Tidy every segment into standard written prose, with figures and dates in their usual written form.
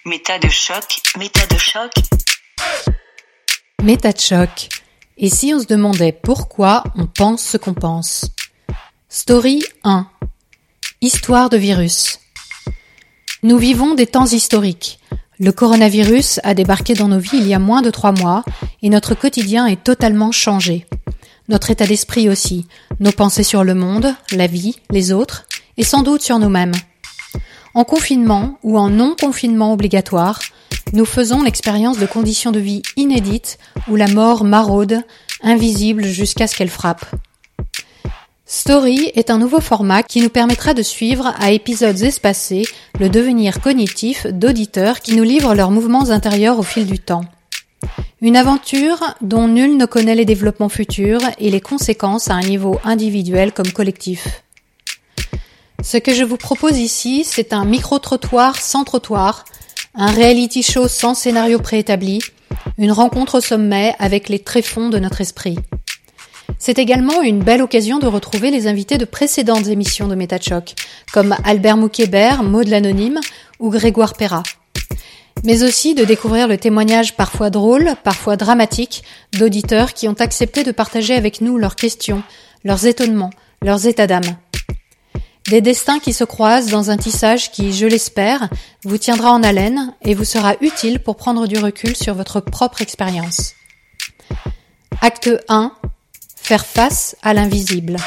Méta de choc, méta de choc. Méta de choc. Et si on se demandait pourquoi on pense ce qu'on pense? Story 1. Histoire de virus. Nous vivons des temps historiques. Le coronavirus a débarqué dans nos vies il y a moins de 3 mois et notre quotidien est totalement changé. Notre état d'esprit aussi, nos pensées sur le monde, la vie, les autres et sans doute sur nous-mêmes. En confinement ou en non-confinement obligatoire, nous faisons l'expérience de conditions de vie inédites où la mort maraude, invisible jusqu'à ce qu'elle frappe. Story est un nouveau format qui nous permettra de suivre à épisodes espacés le devenir cognitif d'auditeurs qui nous livrent leurs mouvements intérieurs au fil du temps. Une aventure dont nul ne connaît les développements futurs et les conséquences à un niveau individuel comme collectif. Ce que je vous propose ici, c'est un micro-trottoir sans trottoir, un reality show sans scénario préétabli, une rencontre au sommet avec les tréfonds de notre esprit. C'est également une belle occasion de retrouver les invités de précédentes émissions de Méta de Choc, comme Albert Moukébert, Maud l'Anonyme ou Grégoire Perra. Mais aussi de découvrir le témoignage parfois drôle, parfois dramatique, d'auditeurs qui ont accepté de partager avec nous leurs questions, leurs étonnements, leurs états d'âme. Des destins qui se croisent dans un tissage qui, je l'espère, vous tiendra en haleine et vous sera utile pour prendre du recul sur votre propre expérience. Acte 1. Faire face à l'invisible.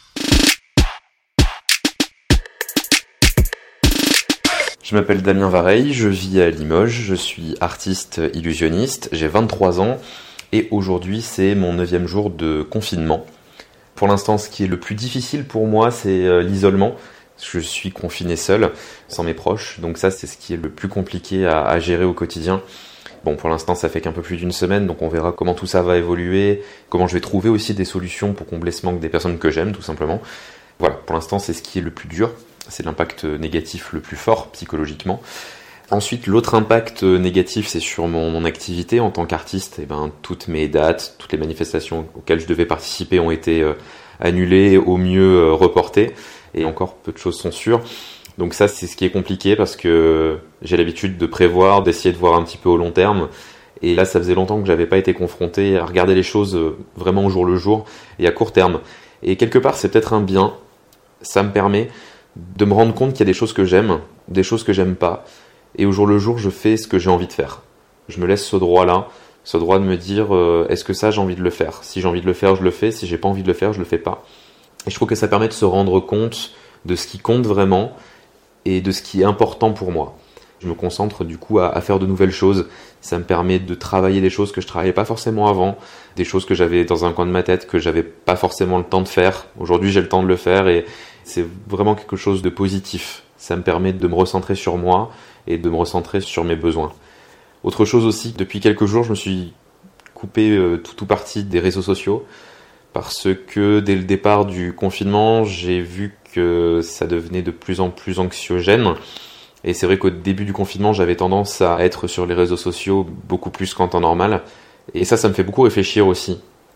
Je m'appelle Damien Vareille, je vis à Limoges, je suis artiste illusionniste, j'ai 23 ans et aujourd'hui c'est mon 9e jour de confinement. Pour l'instant, ce qui est le plus difficile pour moi, c'est l'isolement. Je suis confiné seul, sans mes proches, donc ça c'est ce qui est le plus compliqué à gérer au quotidien. Bon, pour l'instant, ça fait qu'un peu plus d'une semaine, donc on verra comment tout ça va évoluer, comment je vais trouver aussi des solutions pour combler ce manque des personnes que j'aime, tout simplement. Voilà, pour l'instant, c'est ce qui est le plus dur, c'est l'impact négatif le plus fort psychologiquement. Ensuite, l'autre impact négatif, c'est sur mon activité en tant qu'artiste. Toutes mes dates, toutes les manifestations auxquelles je devais participer ont été annulées, au mieux reportées, et encore peu de choses sont sûres. Donc ça, c'est ce qui est compliqué parce que j'ai l'habitude de prévoir, d'essayer de voir un petit peu au long terme. Et là, ça faisait longtemps que j'avais pas été confronté à regarder les choses vraiment au jour le jour et à court terme. Et quelque part, c'est peut-être un bien. Ça me permet de me rendre compte qu'il y a des choses que j'aime, des choses que j'aime pas. Et au jour le jour, je fais ce que j'ai envie de faire. Je me laisse ce droit-là, ce droit de me dire est-ce que ça, j'ai envie de le faire ? Si j'ai envie de le faire, je le fais. Si j'ai pas envie de le faire, je le fais pas. Et je trouve que ça permet de se rendre compte de ce qui compte vraiment et de ce qui est important pour moi. Je me concentre du coup à faire de nouvelles choses. Ça me permet de travailler des choses que je travaillais pas forcément avant, des choses que j'avais dans un coin de ma tête que j'avais pas forcément le temps de faire. Aujourd'hui, j'ai le temps de le faire et c'est vraiment quelque chose de positif. Ça me permet de me recentrer sur moi et de me recentrer sur mes besoins. Autre chose aussi, depuis quelques jours, je me suis coupé tout parti des réseaux sociaux parce que dès le départ du confinement, j'ai vu que ça devenait de plus en plus anxiogène. Et c'est vrai qu'au début du confinement, j'avais tendance à être sur les réseaux sociaux beaucoup plus qu'en temps normal. Et ça me fait beaucoup réfléchir aussi.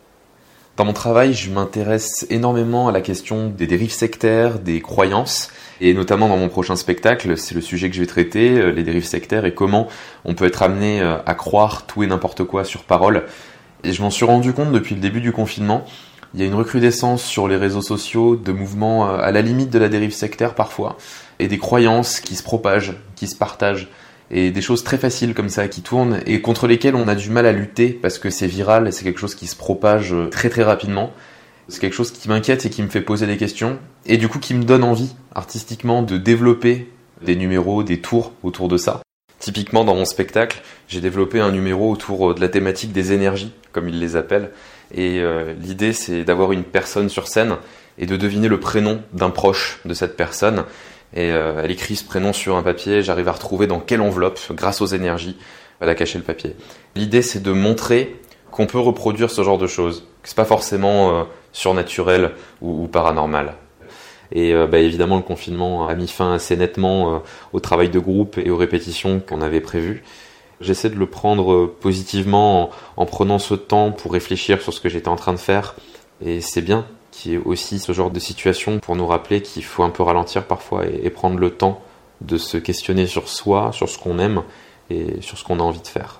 Dans mon travail, je m'intéresse énormément à la question des dérives sectaires, des croyances. Et notamment dans mon prochain spectacle, c'est le sujet que je vais traiter, les dérives sectaires et comment on peut être amené à croire tout et n'importe quoi sur parole. Et je m'en suis rendu compte depuis le début du confinement. Il y a une recrudescence sur les réseaux sociaux de mouvements à la limite de la dérive sectaire parfois, et des croyances qui se propagent, qui se partagent, et des choses très faciles comme ça qui tournent et contre lesquelles on a du mal à lutter parce que c'est viral et c'est quelque chose qui se propage très très rapidement. C'est quelque chose qui m'inquiète et qui me fait poser des questions, et du coup qui me donne envie artistiquement de développer des numéros, des tours autour de ça. Typiquement dans mon spectacle, j'ai développé un numéro autour de la thématique des énergies, comme ils les appellent. Et l'idée, c'est d'avoir une personne sur scène et de deviner le prénom d'un proche de cette personne. Et elle écrit ce prénom sur un papier, j'arrive à retrouver dans quelle enveloppe, grâce aux énergies, elle a caché le papier. L'idée, c'est de montrer qu'on peut reproduire ce genre de choses, que c'est pas forcément surnaturel ou paranormal. Et évidemment, le confinement a mis fin assez nettement au travail de groupe et aux répétitions qu'on avait prévues. J'essaie de le prendre positivement en prenant ce temps pour réfléchir sur ce que j'étais en train de faire. Et c'est bien qu'il y ait aussi ce genre de situation pour nous rappeler qu'il faut un peu ralentir parfois et prendre le temps de se questionner sur soi, sur ce qu'on aime et sur ce qu'on a envie de faire.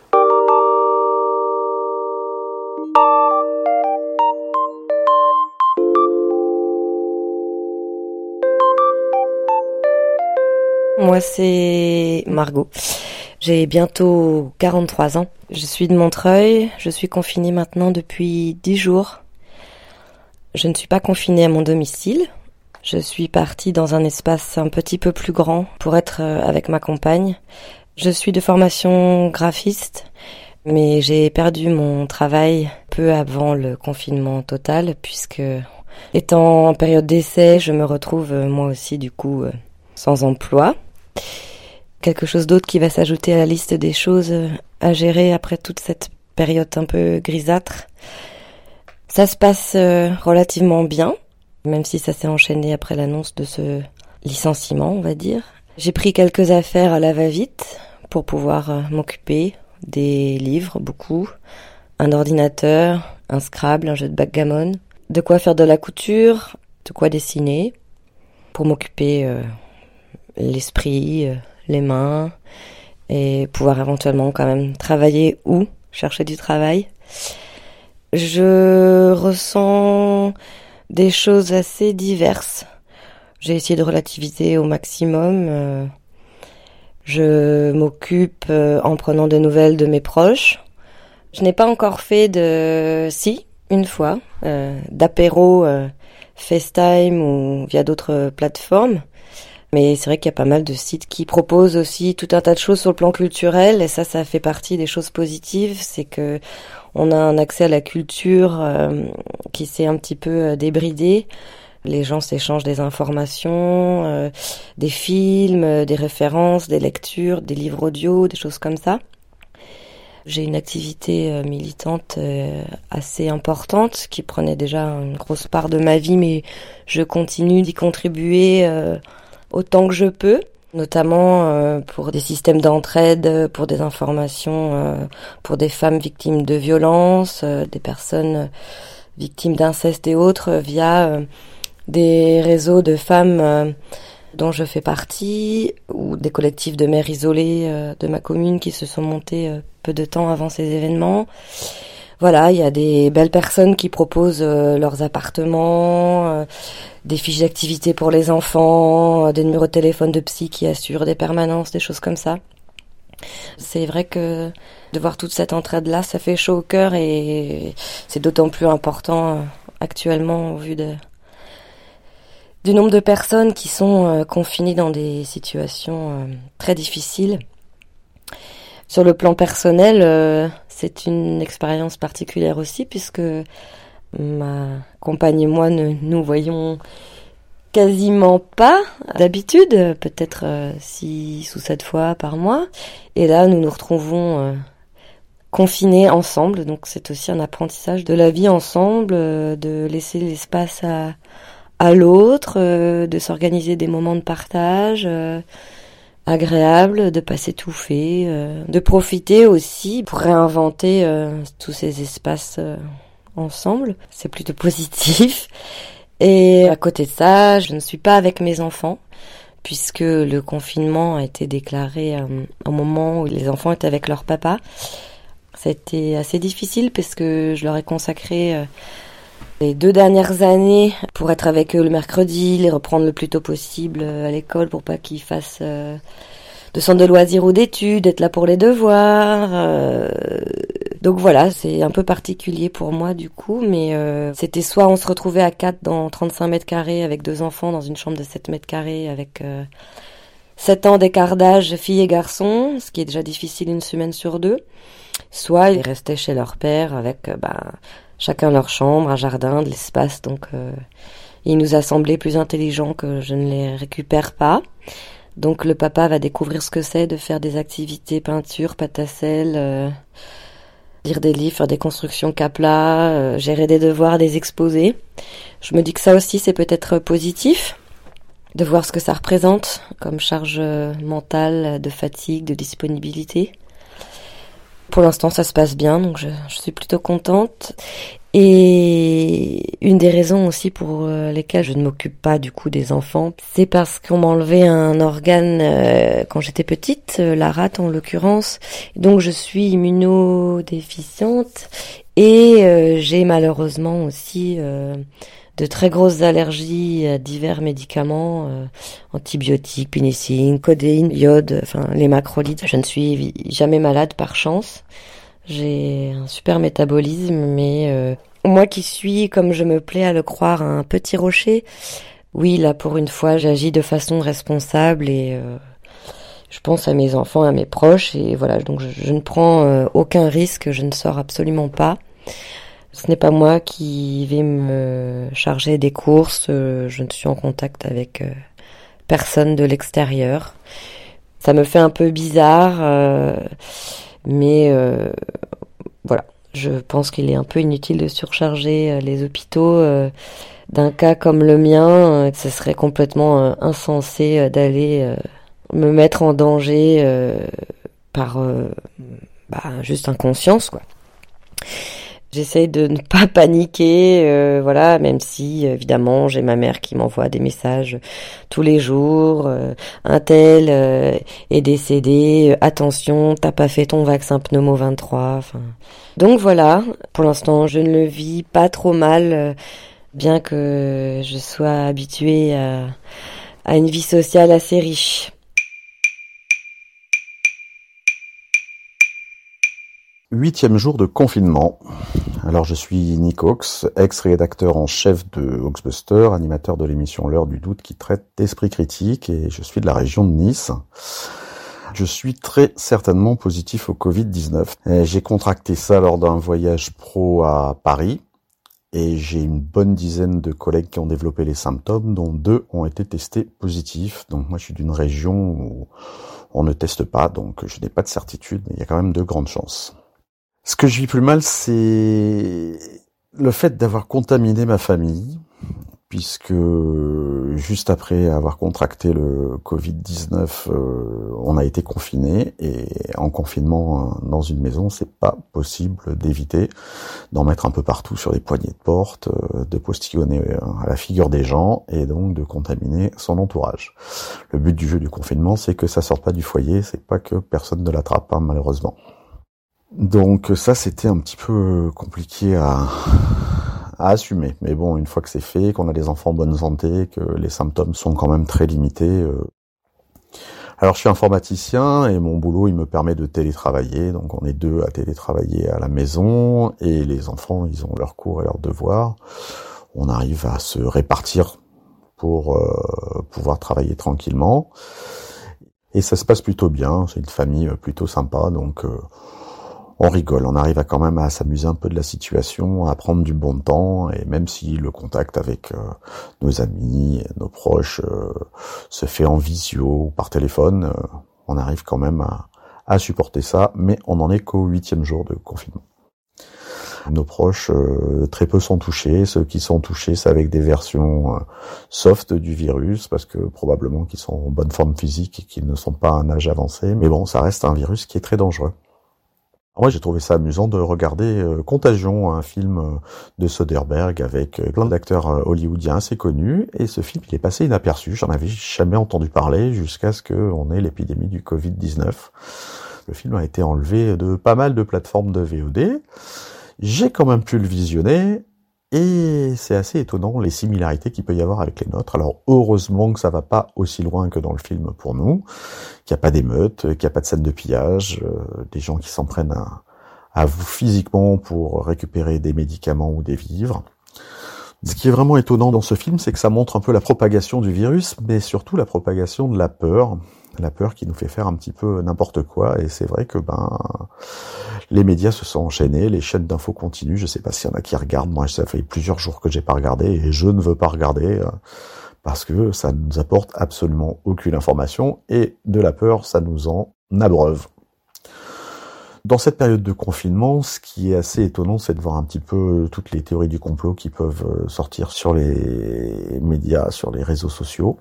Moi, c'est Margot. J'ai bientôt 43 ans. Je suis de Montreuil. Je suis confinée maintenant depuis 10 jours. Je ne suis pas confinée à mon domicile. Je suis partie dans un espace un petit peu plus grand pour être avec ma compagne. Je suis de formation graphiste, mais j'ai perdu mon travail peu avant le confinement total, puisque étant en période d'essai, je me retrouve moi aussi du coup sans emploi. Quelque chose d'autre qui va s'ajouter à la liste des choses à gérer après toute cette période un peu grisâtre. Ça se passe relativement bien, même si ça s'est enchaîné après l'annonce de ce licenciement, on va dire. J'ai pris quelques affaires à la va-vite pour pouvoir m'occuper des livres, beaucoup, un ordinateur, un Scrabble, un jeu de backgammon, de quoi faire de la couture, de quoi dessiner, pour m'occuper l'esprit, les mains, et pouvoir éventuellement quand même travailler ou chercher du travail. Je ressens des choses assez diverses. J'ai essayé de relativiser au maximum. Je m'occupe en prenant des nouvelles de mes proches. Je n'ai pas encore fait une fois, d'apéro FaceTime ou via d'autres plateformes. Mais c'est vrai qu'il y a pas mal de sites qui proposent aussi tout un tas de choses sur le plan culturel, et ça fait partie des choses positives. C'est que on a un accès à la culture qui s'est un petit peu débridé. Les gens s'échangent des informations, des films, des références, des lectures, des livres audio, des choses comme ça. J'ai une activité militante assez importante qui prenait déjà une grosse part de ma vie, mais je continue d'y contribuer autant que je peux, notamment pour des systèmes d'entraide, pour des informations, pour des femmes victimes de violences, des personnes victimes d'inceste et autres, via des réseaux de femmes dont je fais partie, ou des collectifs de mères isolées de ma commune qui se sont montés peu de temps avant ces événements. Voilà, il y a des belles personnes qui proposent leurs appartements, des fiches d'activité pour les enfants, des numéros de téléphone de psy qui assurent des permanences, des choses comme ça. C'est vrai que de voir toute cette entraide-là, ça fait chaud au cœur, et c'est d'autant plus important actuellement au vu du nombre de personnes qui sont confinées dans des situations très difficiles. Sur le plan personnel, c'est une expérience particulière aussi, puisque ma compagne et moi ne nous voyons quasiment pas d'habitude, peut-être 6 ou 7 fois par mois. Et là, nous nous retrouvons confinés ensemble, donc c'est aussi un apprentissage de la vie ensemble, de laisser l'espace à l'autre, de s'organiser des moments de partage agréables, de pas s'étouffer, de profiter aussi pour réinventer tous ces espaces ensemble. C'est plutôt positif. Et à côté de ça, je ne suis pas avec mes enfants, puisque le confinement a été déclaré au moment où les enfants étaient avec leur papa. Ça a été assez difficile parce que je leur ai consacré les 2 dernières années pour être avec eux le mercredi, les reprendre le plus tôt possible à l'école pour pas qu'ils fassent de centre de loisirs ou d'études, être là pour les devoirs. Donc voilà, c'est un peu particulier pour moi du coup, mais c'était soit on se retrouvait à 4 dans 35 mètres carrés avec 2 enfants dans une chambre de 7 mètres carrés avec 7 ans d'écart d'âge, filles et garçons, ce qui est déjà difficile une semaine sur 2, soit ils restaient chez leur père avec chacun leur chambre, un jardin, de l'espace, donc il nous a semblé plus intelligent que je ne les récupère pas. Donc le papa va découvrir ce que c'est de faire des activités peinture, pâte à sel, lire des livres, faire des constructions Capla, gérer des devoirs, des exposés. Je me dis que ça aussi c'est peut-être positif, de voir ce que ça représente comme charge mentale, de fatigue, de disponibilité. Pour l'instant ça se passe bien, donc je suis plutôt contente. Et une des raisons aussi pour lesquelles je ne m'occupe pas du coup des enfants, c'est parce qu'on m'a enlevé un organe quand j'étais petite, la rate en l'occurrence. Donc je suis immunodéficiente et j'ai malheureusement aussi de très grosses allergies à divers médicaments, antibiotiques, pénicilline, codéine, iode, enfin les macrolides. Je ne suis jamais malade par chance. J'ai un super métabolisme, mais moi qui suis, comme je me plais à le croire, un petit rocher, oui, là pour une fois, j'agis de façon responsable et je pense à mes enfants, à mes proches, et voilà, donc je ne prends aucun risque, je ne sors absolument pas. Ce n'est pas moi qui vais me charger des courses, je ne suis en contact avec personne de l'extérieur. Ça me fait un peu bizarre, mais voilà, je pense qu'il est un peu inutile de surcharger les hôpitaux d'un cas comme le mien. Ce serait complètement insensé d'aller me mettre en danger par juste inconscience, quoi. J'essaye de ne pas paniquer, voilà, même si évidemment j'ai ma mère qui m'envoie des messages tous les jours. Un tel est décédé, attention, t'as pas fait ton vaccin pneumo 23. Enfin, donc voilà, pour l'instant je ne le vis pas trop mal, bien que je sois habituée à une vie sociale assez riche. Huitième jour de confinement. Alors je suis Nick Hawks, ex-rédacteur en chef de Hawksbuster, animateur de l'émission L'heure du doute qui traite d'esprit critique, et je suis de la région de Nice. Je suis très certainement positif au Covid-19. J'ai contracté ça lors d'un voyage pro à Paris, et j'ai une bonne dizaine de collègues qui ont développé les symptômes, dont 2 ont été testés positifs. Donc moi je suis d'une région où on ne teste pas, donc je n'ai pas de certitude, mais il y a quand même de grandes chances. Ce que je vis plus mal, c'est le fait d'avoir contaminé ma famille, puisque juste après avoir contracté le Covid-19, on a été confinés, et en confinement dans une maison, c'est pas possible d'éviter d'en mettre un peu partout sur les poignées de porte, de postillonner à la figure des gens, et donc de contaminer son entourage. Le but du jeu du confinement, c'est que ça sorte pas du foyer, c'est pas que personne ne l'attrape, hein, malheureusement. Donc ça, c'était un petit peu compliqué à assumer. Mais bon, une fois que c'est fait, qu'on a des enfants en bonne santé, que les symptômes sont quand même très limités. Alors je suis informaticien et mon boulot, il me permet de télétravailler. Donc on est 2 à télétravailler à la maison, et les enfants, ils ont leurs cours et leurs devoirs. On arrive à se répartir pour pouvoir travailler tranquillement. Et ça se passe plutôt bien. C'est une famille plutôt sympa, donc on rigole, on arrive quand même à s'amuser un peu de la situation, à prendre du bon temps, et même si le contact avec nos amis, nos proches se fait en visio ou par téléphone, on arrive quand même à supporter ça, mais on n'en est qu'au 8e jour de confinement. Nos proches, très peu sont touchés. Ceux qui sont touchés, c'est avec des versions soft du virus, parce que probablement qu'ils sont en bonne forme physique et qu'ils ne sont pas à un âge avancé, mais bon, ça reste un virus qui est très dangereux. Moi, j'ai trouvé ça amusant de regarder Contagion, un film de Soderbergh avec plein d'acteurs hollywoodiens assez connus, et ce film, il est passé inaperçu. J'en avais jamais entendu parler jusqu'à ce qu'on ait l'épidémie du Covid-19. Le film a été enlevé de pas mal de plateformes de VOD. J'ai quand même pu le visionner, et c'est assez étonnant les similarités qu'il peut y avoir avec les nôtres. Alors heureusement que ça va pas aussi loin que dans le film pour nous, qu'il n'y a pas d'émeutes, qu'il n'y a pas de scène de pillage, des gens qui s'en prennent à vous physiquement pour récupérer des médicaments ou des vivres. Ce qui est vraiment étonnant dans ce film, c'est que ça montre un peu la propagation du virus, mais surtout la propagation de la peur qui nous fait faire un petit peu n'importe quoi. Et c'est vrai que les médias se sont enchaînés, les chaînes d'infos continuent. Je sais pas s'il y en a qui regardent. Moi, ça fait plusieurs jours que j'ai pas regardé, et je ne veux pas regarder parce que ça ne nous apporte absolument aucune information, et de la peur, ça nous en abreuve. Dans cette période de confinement, ce qui est assez étonnant, c'est de voir un petit peu toutes les théories du complot qui peuvent sortir sur les médias, sur les réseaux sociaux.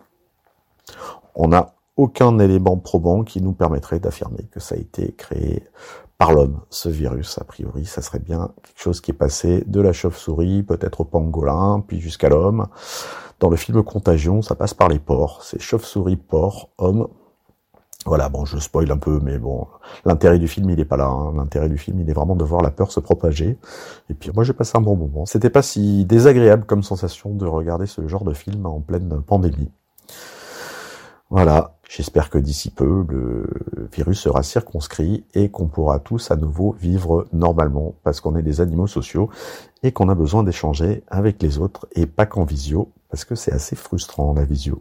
On n'a aucun élément probant qui nous permettrait d'affirmer que ça a été créé par l'homme. Ce virus, a priori, ça serait bien quelque chose qui est passé de la chauve-souris, peut-être au pangolin, puis jusqu'à l'homme. Dans le film Contagion, ça passe par les porcs. C'est chauve-souris, porc, homme. Voilà, bon, je spoil un peu, mais bon, l'intérêt du film, il est pas là. L'intérêt du film, il est vraiment de voir la peur se propager. Et puis, moi, j'ai passé un bon moment. C'était pas si désagréable comme sensation de regarder ce genre de film en pleine pandémie. Voilà, j'espère que d'ici peu, le virus sera circonscrit et qu'on pourra tous à nouveau vivre normalement, parce qu'on est des animaux sociaux et qu'on a besoin d'échanger avec les autres et pas qu'en visio, parce que c'est assez frustrant, la visio.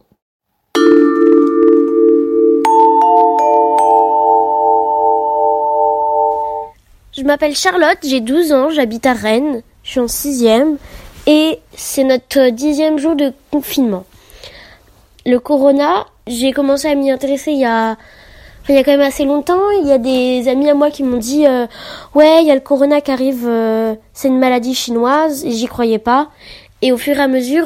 Je m'appelle Charlotte, j'ai 12 ans, j'habite à Rennes, je suis en 6e et c'est notre 10e jour de confinement. Le corona, j'ai commencé à m'y intéresser il y a quand même assez longtemps. Il y a des amis à moi qui m'ont dit ouais, il y a le corona qui arrive, c'est une maladie chinoise, et j'y croyais pas. Et au fur et à mesure,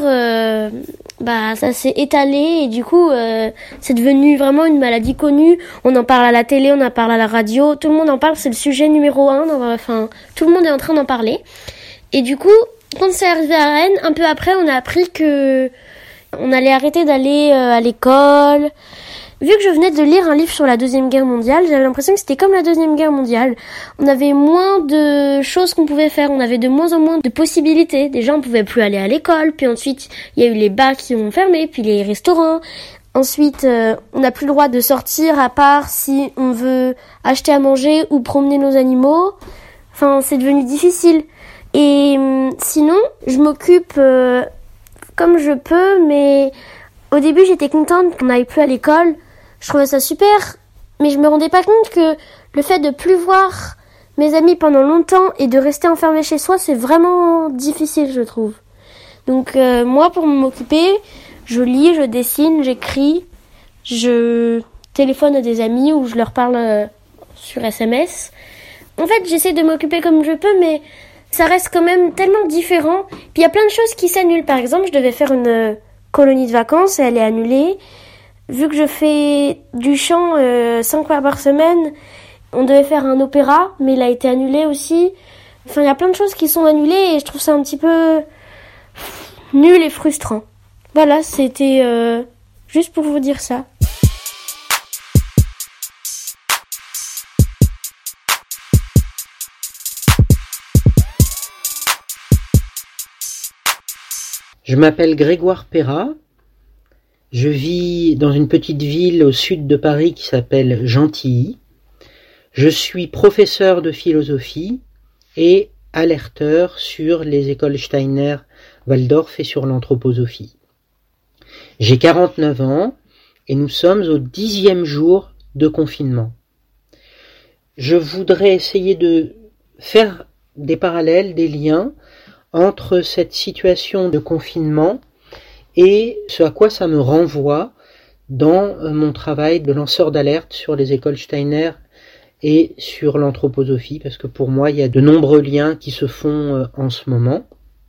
ça s'est étalé et du coup, c'est devenu vraiment une maladie connue. On en parle à la télé, on en parle à la radio, tout le monde en parle, c'est le sujet numéro 1. Tout le monde est en train d'en parler. Et du coup, quand c'est arrivé à Rennes, un peu après, on a appris que on allait arrêter d'aller à l'école. Vu que je venais de lire un livre sur la Deuxième Guerre mondiale, j'avais l'impression que c'était comme la Deuxième Guerre mondiale. On avait moins de choses qu'on pouvait faire, on avait de moins en moins de possibilités. Déjà, on pouvait plus aller à l'école, puis ensuite, il y a eu les bars qui ont fermé, puis les restaurants. Ensuite, on n'a plus le droit de sortir à part si on veut acheter à manger ou promener nos animaux. Enfin, c'est devenu difficile. Et sinon, je m'occupe comme je peux, mais au début, j'étais contente qu'on n'aille plus à l'école. Je trouvais ça super, mais je me rendais pas compte que le fait de plus voir mes amis pendant longtemps et de rester enfermé chez soi, c'est vraiment difficile, je trouve. Donc moi, pour m'occuper, je lis, je dessine, j'écris, je téléphone à des amis ou je leur parle sur SMS. En fait, j'essaie de m'occuper comme je peux, mais ça reste quand même tellement différent. Puis il y a plein de choses qui s'annulent. Par exemple, je devais faire une colonie de vacances et elle est annulée. Vu que je fais du chant 5 fois par semaine, on devait faire un opéra, mais il a été annulé aussi. Enfin, il y a plein de choses qui sont annulées et je trouve ça un petit peu nul et frustrant. Voilà, c'était juste pour vous dire ça. Je m'appelle Grégoire Perrat, je vis dans une petite ville au sud de Paris qui s'appelle Gentilly. Je suis professeur de philosophie et alerteur sur les écoles Steiner, Waldorf et sur l'anthroposophie. J'ai 49 ans et nous sommes au 10e jour de confinement. Je voudrais essayer de faire des parallèles, des liens entre cette situation de confinement et ce à quoi ça me renvoie dans mon travail de lanceur d'alerte sur les écoles Steiner et sur l'anthroposophie, parce que pour moi, il y a de nombreux liens qui se font en ce moment.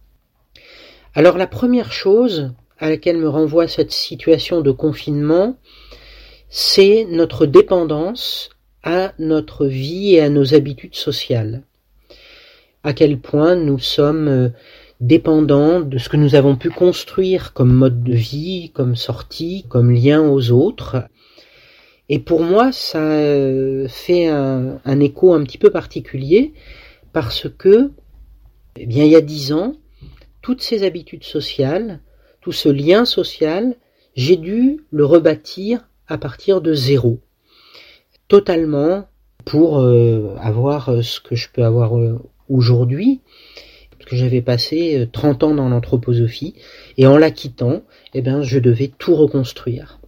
Alors la première chose à laquelle me renvoie cette situation de confinement, c'est notre dépendance à notre vie et à nos habitudes sociales. À quel point nous sommes dépendants de ce que nous avons pu construire comme mode de vie, comme sortie, comme lien aux autres. Et pour moi, ça fait un écho un petit peu particulier parce que, il y a 10 ans, toutes ces habitudes sociales, tout ce lien social, j'ai dû le rebâtir à partir de zéro. Totalement pour avoir ce que je peux avoir aujourd'hui, parce que j'avais passé 30 ans dans l'anthroposophie, et en la quittant, je devais tout reconstruire.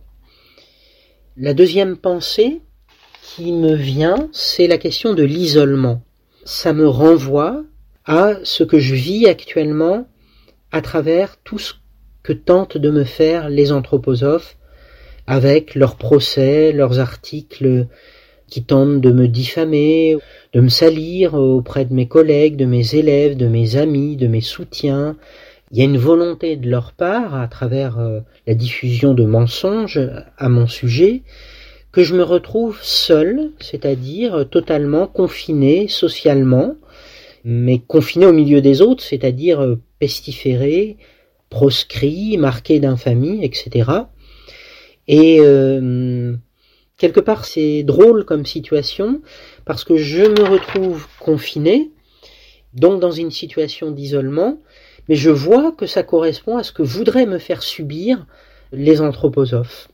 La deuxième pensée qui me vient, c'est la question de l'isolement. Ça me renvoie à ce que je vis actuellement à travers tout ce que tentent de me faire les anthroposophes avec leurs procès, leurs articles qui tentent de me diffamer, de me salir auprès de mes collègues, de mes élèves, de mes amis, de mes soutiens. Il y a une volonté de leur part, à travers la diffusion de mensonges à mon sujet, que je me retrouve seul, c'est-à-dire totalement confiné socialement, mais confiné au milieu des autres, c'est-à-dire pestiféré, proscrit, marqué d'infamie, etc. Et quelque part c'est drôle comme situation, parce que je me retrouve confiné, donc dans une situation d'isolement, mais je vois que ça correspond à ce que voudraient me faire subir les anthroposophes.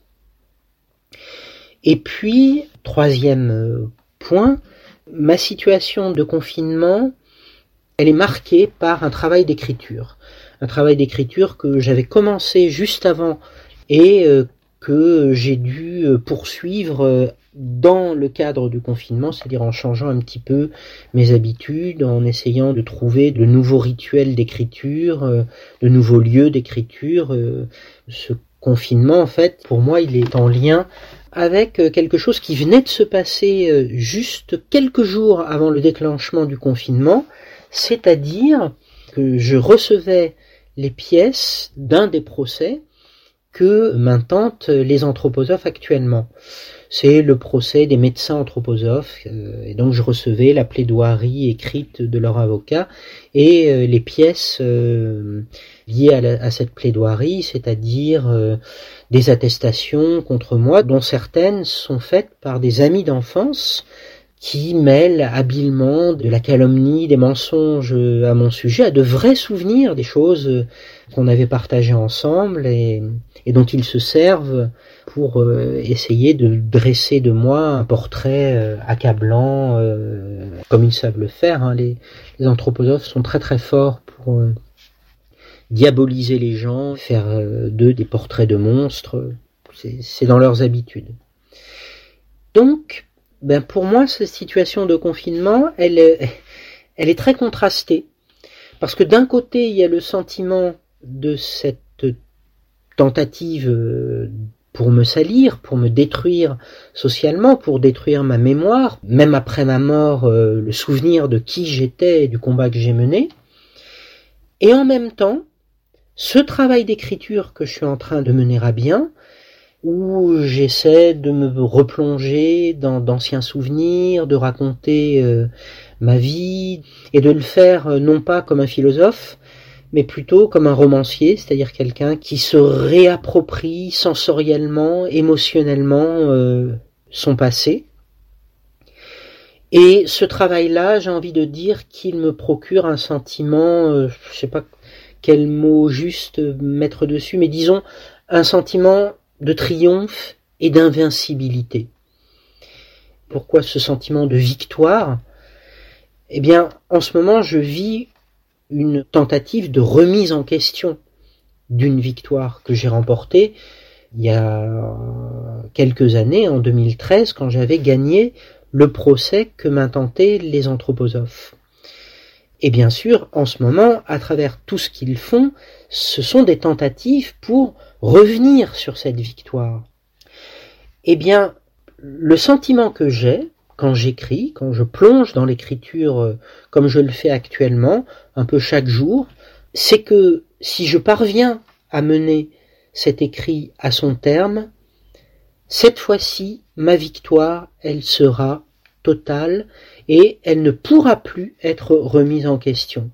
Et puis, troisième point, ma situation de confinement, elle est marquée par un travail d'écriture. Un travail d'écriture que j'avais commencé juste avant et que j'ai dû poursuivre dans le cadre du confinement, c'est-à-dire en changeant un petit peu mes habitudes, en essayant de trouver de nouveaux rituels d'écriture, de nouveaux lieux d'écriture. Ce confinement, en fait, pour moi, il est en lien avec quelque chose qui venait de se passer juste quelques jours avant le déclenchement du confinement, c'est-à-dire que je recevais les pièces d'un des procès que m'intentent les anthroposophes actuellement. C'est le procès des médecins anthroposophes, et donc je recevais la plaidoirie écrite de leur avocat et les pièces liées à cette plaidoirie, c'est-à-dire des attestations contre moi, dont certaines sont faites par des amis d'enfance qui mêlent habilement de la calomnie, des mensonges à mon sujet, à de vrais souvenirs, des choses qu'on avait partagées ensemble et dont ils se servent pour essayer de dresser de moi un portrait accablant, comme ils savent le faire. Hein. Les anthroposophes sont très très forts pour diaboliser les gens, faire d'eux des portraits de monstres. C'est dans leurs habitudes. Donc, pour moi, cette situation de confinement, elle est très contrastée. Parce que d'un côté, il y a le sentiment de cette tentative pour me salir, pour me détruire socialement, pour détruire ma mémoire, même après ma mort, le souvenir de qui j'étais et du combat que j'ai mené. Et en même temps, ce travail d'écriture que je suis en train de mener à bien, où j'essaie de me replonger dans d'anciens souvenirs, de raconter ma vie, et de le faire non pas comme un philosophe, mais plutôt comme un romancier, c'est-à-dire quelqu'un qui se réapproprie sensoriellement, émotionnellement son passé. Et ce travail-là, j'ai envie de dire qu'il me procure un sentiment, je sais pas quel mot juste mettre dessus, mais disons un sentiment de triomphe et d'invincibilité. Pourquoi ce sentiment de victoire ? Eh bien, en ce moment, je vis une tentative de remise en question d'une victoire que j'ai remportée il y a quelques années, en 2013, quand j'avais gagné le procès que m'intentaient les anthroposophes. Et bien sûr, en ce moment, à travers tout ce qu'ils font, ce sont des tentatives pour revenir sur cette victoire. Eh bien, le sentiment que j'ai, quand j'écris, quand je plonge dans l'écriture comme je le fais actuellement, un peu chaque jour, c'est que si je parviens à mener cet écrit à son terme, cette fois-ci, ma victoire, elle sera totale et elle ne pourra plus être remise en question.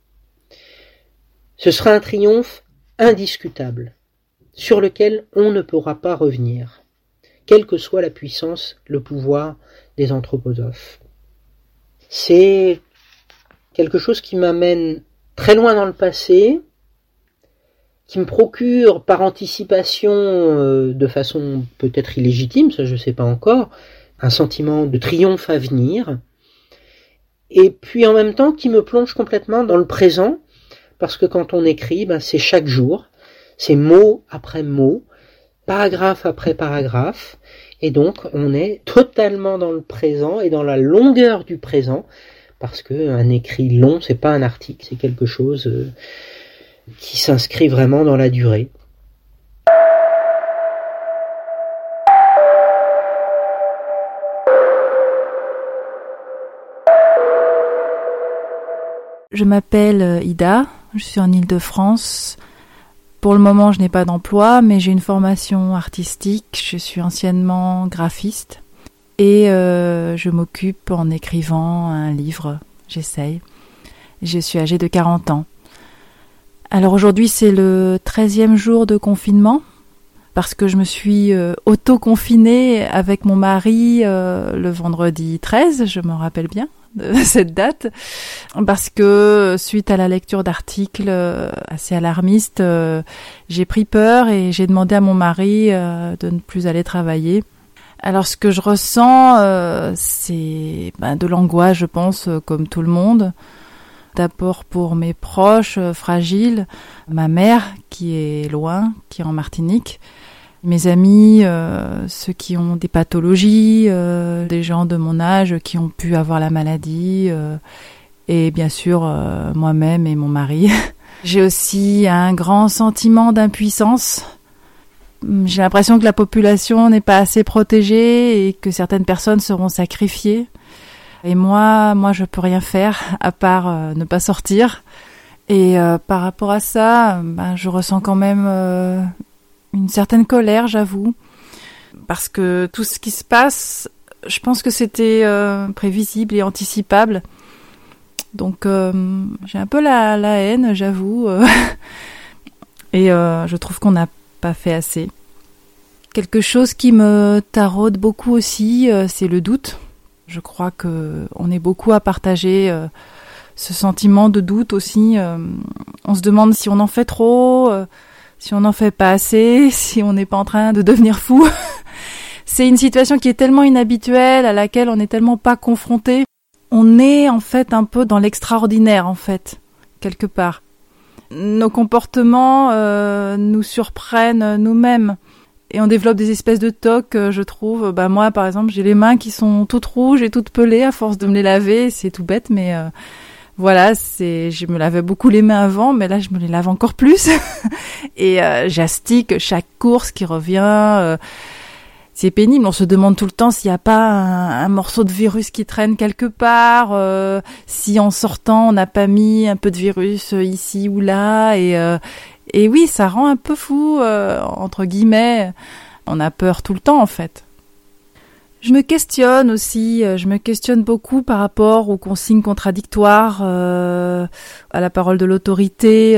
Ce sera un triomphe indiscutable, sur lequel on ne pourra pas revenir, quelle que soit la puissance, le pouvoir des anthroposophes. C'est quelque chose qui m'amène très loin dans le passé, qui me procure par anticipation, de façon peut-être illégitime, ça je ne sais pas encore, un sentiment de triomphe à venir, et puis en même temps qui me plonge complètement dans le présent, parce que quand on écrit, c'est chaque jour, c'est mot après mot, paragraphe après paragraphe, et donc on est totalement dans le présent et dans la longueur du présent, parce qu'un écrit long, c'est pas un article, c'est quelque chose qui s'inscrit vraiment dans la durée. Je m'appelle Ida, je suis en Île-de-France. Pour le moment, je n'ai pas d'emploi, mais j'ai une formation artistique. Je suis anciennement graphiste et je m'occupe en écrivant un livre. J'essaye. Je suis âgée de 40 ans. Alors aujourd'hui, c'est le 13e jour de confinement parce que je me suis auto-confinée avec mon mari le vendredi 13, je me rappelle bien de cette date, parce que suite à la lecture d'articles assez alarmistes, j'ai pris peur et j'ai demandé à mon mari de ne plus aller travailler. Alors ce que je ressens, c'est de l'angoisse, je pense, comme tout le monde. D'abord pour mes proches fragiles, ma mère qui est loin, qui est en Martinique, mes amis, ceux qui ont des pathologies, des gens de mon âge qui ont pu avoir la maladie, et bien sûr moi-même et mon mari. J'ai aussi un grand sentiment d'impuissance. J'ai l'impression que la population n'est pas assez protégée et que certaines personnes seront sacrifiées. Et moi je peux rien faire à part ne pas sortir. Et par rapport à ça, je ressens quand même une certaine colère, j'avoue, parce que tout ce qui se passe, je pense que c'était prévisible et anticipable. Donc j'ai un peu la haine, j'avoue, et je trouve qu'on n'a pas fait assez. Quelque chose qui me taraude beaucoup aussi, c'est le doute. Je crois que on est beaucoup à partager ce sentiment de doute aussi. On se demande si on en fait trop, si on n'en fait pas assez, si on n'est pas en train de devenir fou. C'est une situation qui est tellement inhabituelle, à laquelle on n'est tellement pas confronté. On est en fait un peu dans l'extraordinaire, en fait, quelque part. Nos comportements nous surprennent nous-mêmes. Et on développe des espèces de tocs, je trouve. Moi, par exemple, j'ai les mains qui sont toutes rouges et toutes pelées à force de me les laver. C'est tout bête, mais voilà, je me lavais beaucoup les mains avant, mais là, je me les lave encore plus. Et j'astique chaque course qui revient. C'est pénible. On se demande tout le temps s'il n'y a pas un morceau de virus qui traîne quelque part, si en sortant, on n'a pas mis un peu de virus ici ou là. Et oui, ça rend un peu fou, entre guillemets. On a peur tout le temps, en fait. Je me questionne aussi, beaucoup par rapport aux consignes contradictoires, à la parole de l'autorité.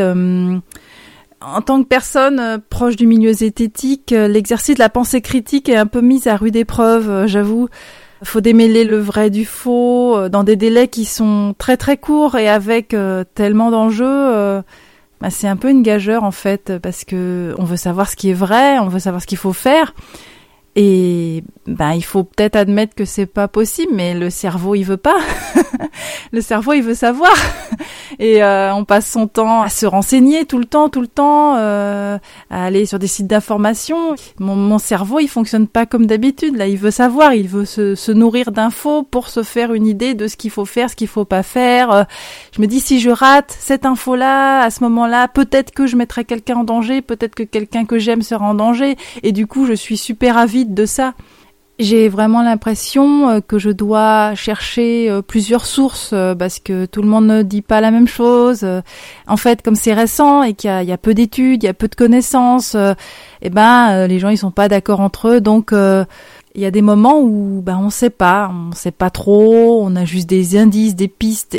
En tant que personne proche du milieu zététique, l'exercice de la pensée critique est un peu mis à rude épreuve, j'avoue. Il faut démêler le vrai du faux dans des délais qui sont très très courts et avec tellement d'enjeux. C'est un peu une gageure en fait, parce que on veut savoir ce qui est vrai, on veut savoir ce qu'il faut faire. Et il faut peut-être admettre que c'est pas possible, mais le cerveau il veut pas. Le cerveau il veut savoir. Et on passe son temps à se renseigner tout le temps, à aller sur des sites d'information. Mon cerveau il fonctionne pas comme d'habitude. Là, il veut savoir, il veut se nourrir d'infos pour se faire une idée de ce qu'il faut faire, ce qu'il faut pas faire. Je me dis si je rate cette info-là, à ce moment-là, peut-être que je mettrai quelqu'un en danger, peut-être que quelqu'un que j'aime sera en danger. Et du coup, je suis super avide de ça. J'ai vraiment l'impression que je dois chercher plusieurs sources parce que tout le monde ne dit pas la même chose. En fait, comme c'est récent et qu'il y a peu d'études, il y a peu de connaissances, les gens ils sont pas d'accord entre eux. Donc il y a des moments où on sait pas trop, on a juste des indices, des pistes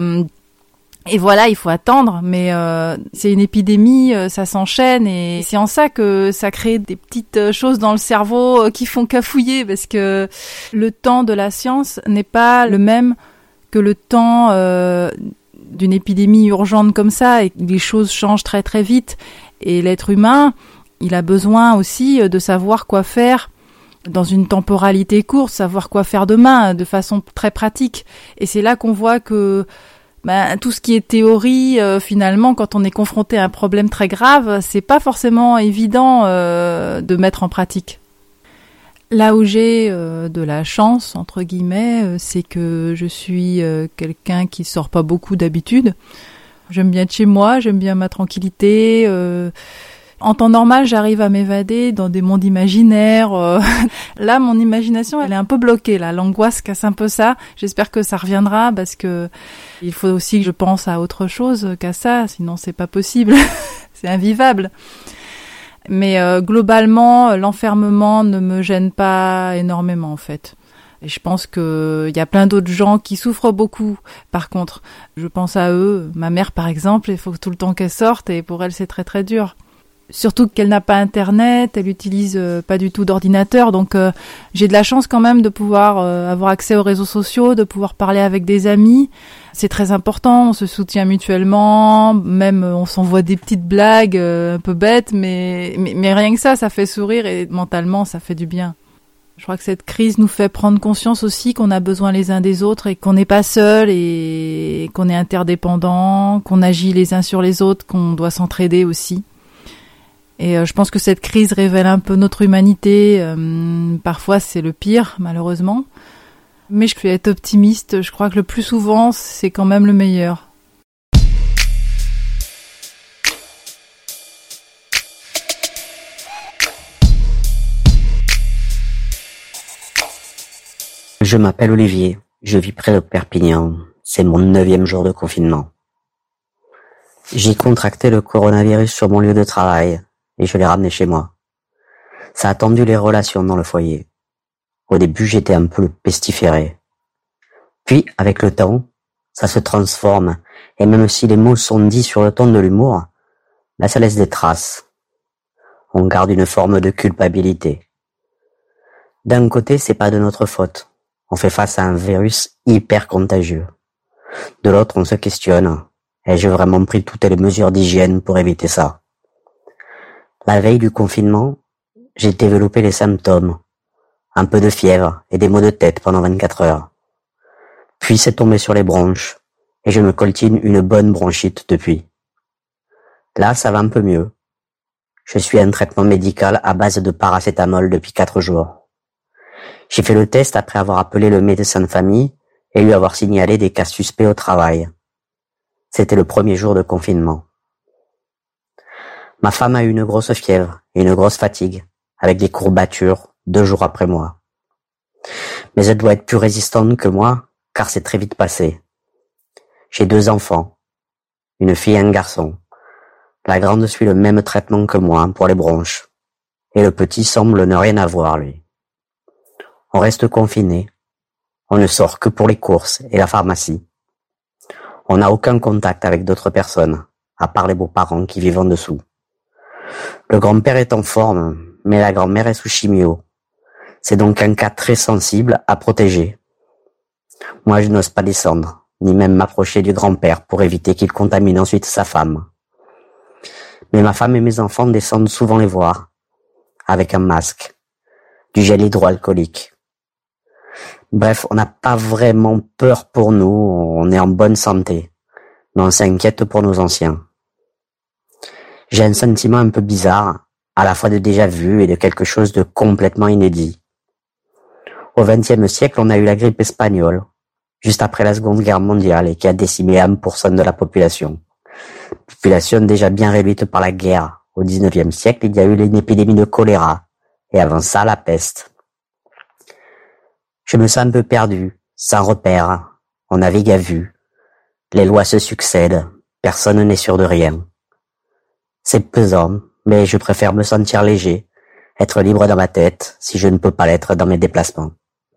et voilà, il faut attendre, mais c'est une épidémie, ça s'enchaîne et c'est en ça que ça crée des petites choses dans le cerveau qui font cafouiller parce que le temps de la science n'est pas le même que le temps d'une épidémie urgente comme ça et les choses changent très très vite et l'être humain, il a besoin aussi de savoir quoi faire dans une temporalité courte, savoir quoi faire demain de façon très pratique et c'est là qu'on voit que tout ce qui est théorie, finalement, quand on est confronté à un problème très grave, c'est pas forcément évident de mettre en pratique. Là où j'ai de la chance, entre guillemets, c'est que je suis quelqu'un qui sort pas beaucoup d'habitude. J'aime bien être chez moi, j'aime bien ma tranquillité. En temps normal, j'arrive à m'évader dans des mondes imaginaires. Là, mon imagination, elle est un peu bloquée. Là, l'angoisse casse un peu ça. J'espère que ça reviendra parce que il faut aussi que je pense à autre chose qu'à ça. Sinon, c'est pas possible. C'est invivable. Mais globalement, l'enfermement ne me gêne pas énormément, en fait. Et je pense que il y a plein d'autres gens qui souffrent beaucoup. Par contre, je pense à eux. Ma mère, par exemple, il faut tout le temps qu'elle sorte et pour elle, c'est très très dur. Surtout qu'elle n'a pas Internet, elle utilise pas du tout d'ordinateur, donc j'ai de la chance quand même de pouvoir avoir accès aux réseaux sociaux, de pouvoir parler avec des amis. C'est très important, on se soutient mutuellement, même on s'envoie des petites blagues un peu bêtes, mais rien que ça fait sourire et mentalement ça fait du bien. Je crois que cette crise nous fait prendre conscience aussi qu'on a besoin les uns des autres et qu'on n'est pas seul et qu'on est interdépendants, qu'on agit les uns sur les autres, qu'on doit s'entraider aussi. Et je pense que cette crise révèle un peu notre humanité. Parfois, c'est le pire, malheureusement. Mais je vais être optimiste. Je crois que le plus souvent, c'est quand même le meilleur. Je m'appelle Olivier. Je vis près de Perpignan. C'est mon 9e jour de confinement. J'ai contracté le coronavirus sur mon lieu de travail. Et je l'ai ramené chez moi. Ça a tendu les relations dans le foyer. Au début, j'étais un peu le pestiféré. Puis, avec le temps, ça se transforme, et même si les mots sont dits sur le ton de l'humour, ça laisse des traces. On garde une forme de culpabilité. D'un côté, c'est pas de notre faute. On fait face à un virus hyper contagieux. De l'autre, on se questionne. Ai-je vraiment pris toutes les mesures d'hygiène pour éviter ça? La veille du confinement, j'ai développé les symptômes. Un peu de fièvre et des maux de tête pendant 24 heures. Puis c'est tombé sur les bronches et je me coltine une bonne bronchite depuis. Là, ça va un peu mieux. Je suis à un traitement médical à base de paracétamol depuis 4 jours. J'ai fait le test après avoir appelé le médecin de famille et lui avoir signalé des cas suspects au travail. C'était le premier jour de confinement. Ma femme a eu une grosse fièvre et une grosse fatigue, avec des courbatures 2 jours après moi. Mais elle doit être plus résistante que moi, car c'est très vite passé. J'ai 2 enfants, une fille et un garçon. La grande suit le même traitement que moi pour les bronches, et le petit semble ne rien avoir, lui. On reste confiné. On ne sort que pour les courses et la pharmacie. On n'a aucun contact avec d'autres personnes, à part les beaux-parents qui vivent en dessous. Le grand-père est en forme, mais la grand-mère est sous chimio. C'est donc un cas très sensible à protéger. Moi, je n'ose pas descendre, ni même m'approcher du grand-père pour éviter qu'il contamine ensuite sa femme. Mais ma femme et mes enfants descendent souvent les voir, avec un masque, du gel hydroalcoolique. Bref, on n'a pas vraiment peur pour nous, on est en bonne santé, mais on s'inquiète pour nos anciens. J'ai un sentiment un peu bizarre, à la fois de déjà-vu et de quelque chose de complètement inédit. Au XXe siècle, on a eu la grippe espagnole, juste après la Seconde Guerre mondiale, et qui a décimé 1% de la population. Population déjà bien réduite par la guerre. Au XIXe siècle, il y a eu une épidémie de choléra, et avant ça, la peste. Je me sens un peu perdu, sans repère. On navigue à vue. Les lois se succèdent, personne n'est sûr de rien. C'est pesant, mais je préfère me sentir léger, être libre dans ma tête, si je ne peux pas l'être dans mes déplacements.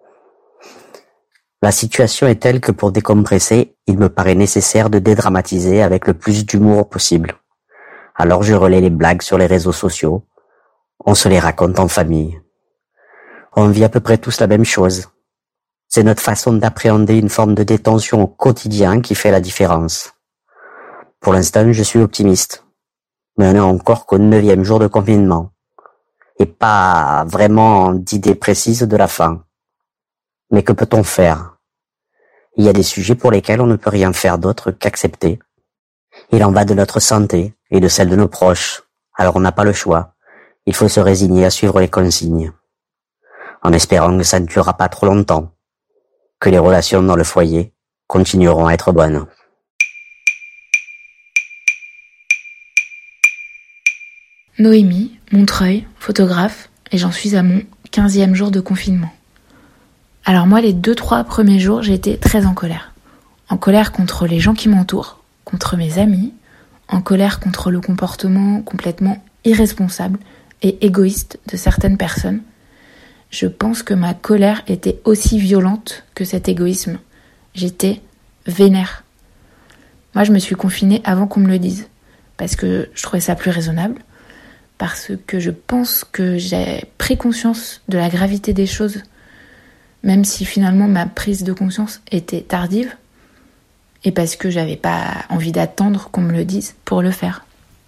La situation est telle que pour décompresser, il me paraît nécessaire de dédramatiser avec le plus d'humour possible. Alors je relaie les blagues sur les réseaux sociaux. On se les raconte en famille. On vit à peu près tous la même chose. C'est notre façon d'appréhender une forme de détention au quotidien qui fait la différence. Pour l'instant, je suis optimiste. Mais on est encore qu'au 9e jour de confinement. Et pas vraiment d'idée précise de la fin. Mais que peut-on faire? Il y a des sujets pour lesquels on ne peut rien faire d'autre qu'accepter. Il en va de notre santé et de celle de nos proches. Alors on n'a pas le choix. Il faut se résigner à suivre les consignes. En espérant que ça ne durera pas trop longtemps. Que les relations dans le foyer continueront à être bonnes. Noémie, Montreuil, photographe, et j'en suis à mon 15e jour de confinement. Alors moi, les 2-3 premiers jours, j'ai été très en colère. En colère contre les gens qui m'entourent, contre mes amis, en colère contre le comportement complètement irresponsable et égoïste de certaines personnes. Je pense que ma colère était aussi violente que cet égoïsme. J'étais vénère. Moi, je me suis confinée avant qu'on me le dise, parce que je trouvais ça plus raisonnable, parce que je pense que j'ai pris conscience de la gravité des choses, même si finalement ma prise de conscience était tardive, et parce que j'avais pas envie d'attendre qu'on me le dise pour le faire.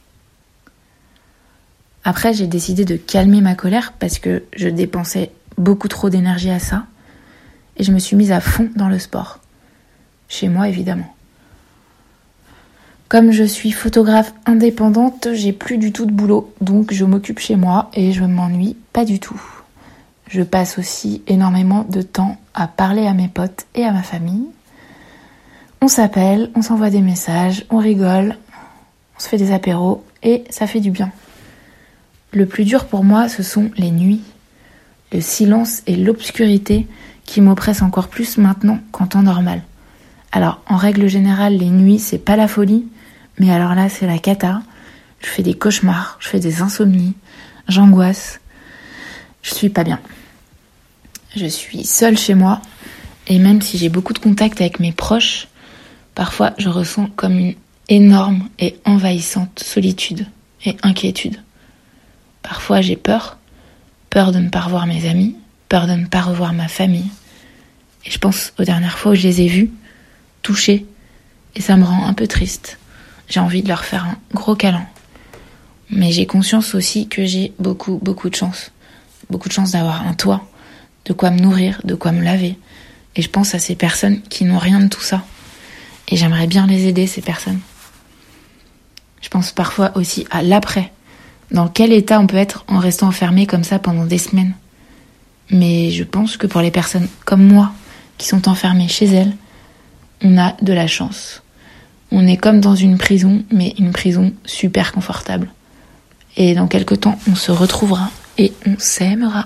Après, j'ai décidé de calmer ma colère parce que je dépensais beaucoup trop d'énergie à ça, et je me suis mise à fond dans le sport. Chez moi, évidemment. Comme je suis photographe indépendante, j'ai plus du tout de boulot, donc je m'occupe chez moi et je m'ennuie pas du tout. Je passe aussi énormément de temps à parler à mes potes et à ma famille. On s'appelle, on s'envoie des messages, on rigole, on se fait des apéros et ça fait du bien. Le plus dur pour moi, ce sont les nuits, le silence et l'obscurité qui m'oppressent encore plus maintenant qu'en temps normal. Alors, en règle générale, les nuits, c'est pas la folie, mais alors là, c'est la cata. Je fais des cauchemars, je fais des insomnies, j'angoisse. Je suis pas bien. Je suis seule chez moi, et même si j'ai beaucoup de contact avec mes proches, parfois je ressens comme une énorme et envahissante solitude et inquiétude. Parfois j'ai peur de ne pas revoir mes amis, peur de ne pas revoir ma famille. Et je pense aux dernières fois où je les ai vus, touchés, et ça me rend un peu triste. J'ai envie de leur faire un gros câlin. Mais j'ai conscience aussi que j'ai beaucoup de chance. Beaucoup de chance d'avoir un toit, de quoi me nourrir, de quoi me laver. Et je pense à ces personnes qui n'ont rien de tout ça. Et j'aimerais bien les aider, ces personnes. Je pense parfois aussi à l'après. Dans quel état on peut être en restant enfermé comme ça pendant des semaines. Mais je pense que pour les personnes comme moi, qui sont enfermées chez elles, on a de la chance. On est comme dans une prison, mais une prison super confortable. Et dans quelque temps, on se retrouvera et on s'aimera.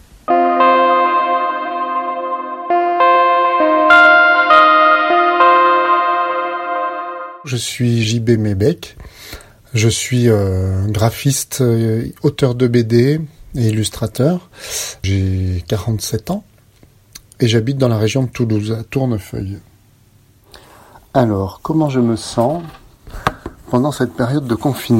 Je suis JB Mébec. Je suis graphiste, auteur de BD et illustrateur. J'ai 47 ans et j'habite dans la région de Toulouse, à Tournefeuille. Alors, comment je me sens pendant cette période de confinement ?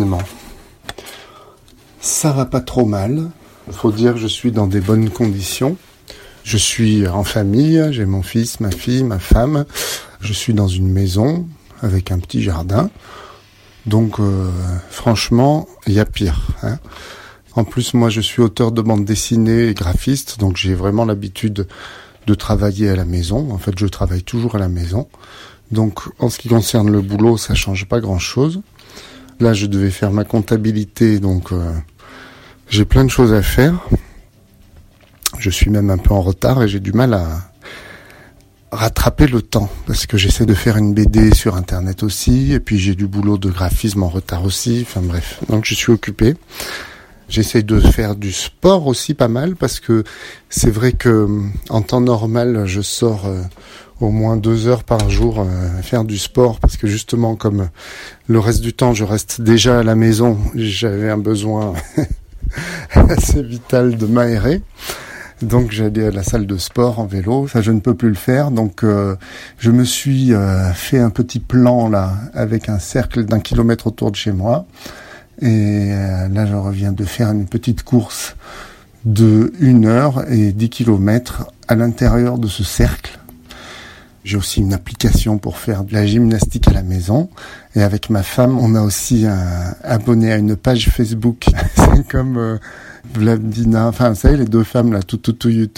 Ça va pas trop mal. Il faut dire que je suis dans des bonnes conditions. Je suis en famille, j'ai mon fils, ma fille, ma femme. Je suis dans une maison avec un petit jardin. Donc, franchement, il y a pire. Hein. En plus, moi, je suis auteur de bande dessinée et graphiste, donc j'ai vraiment l'habitude de travailler à la maison. En fait, je travaille toujours à la maison. Donc, en ce qui concerne le boulot, ça change pas grand-chose. Là, je devais faire ma comptabilité, donc j'ai plein de choses à faire. Je suis même un peu en retard et j'ai du mal à rattraper le temps, parce que j'essaie de faire une BD sur Internet aussi, et puis j'ai du boulot de graphisme en retard aussi, enfin bref. Donc, je suis occupé. J'essaie de faire du sport aussi pas mal, parce que c'est vrai que en temps normal, je sors au moins 2 heures par jour faire du sport, parce que justement, comme le reste du temps, je reste déjà à la maison, j'avais un besoin assez vital de m'aérer. Donc j'allais à la salle de sport en vélo, ça je ne peux plus le faire, donc je me suis fait un petit plan là, avec un cercle d'1 kilomètre autour de chez moi. Et là, je reviens de faire une petite course de 1 heure et 10 kilomètres à l'intérieur de ce cercle. J'ai aussi une application pour faire de la gymnastique à la maison. Et avec ma femme, on a aussi abonné à une page Facebook. C'est comme Vladina, enfin, vous savez, les 2 femmes là, toutes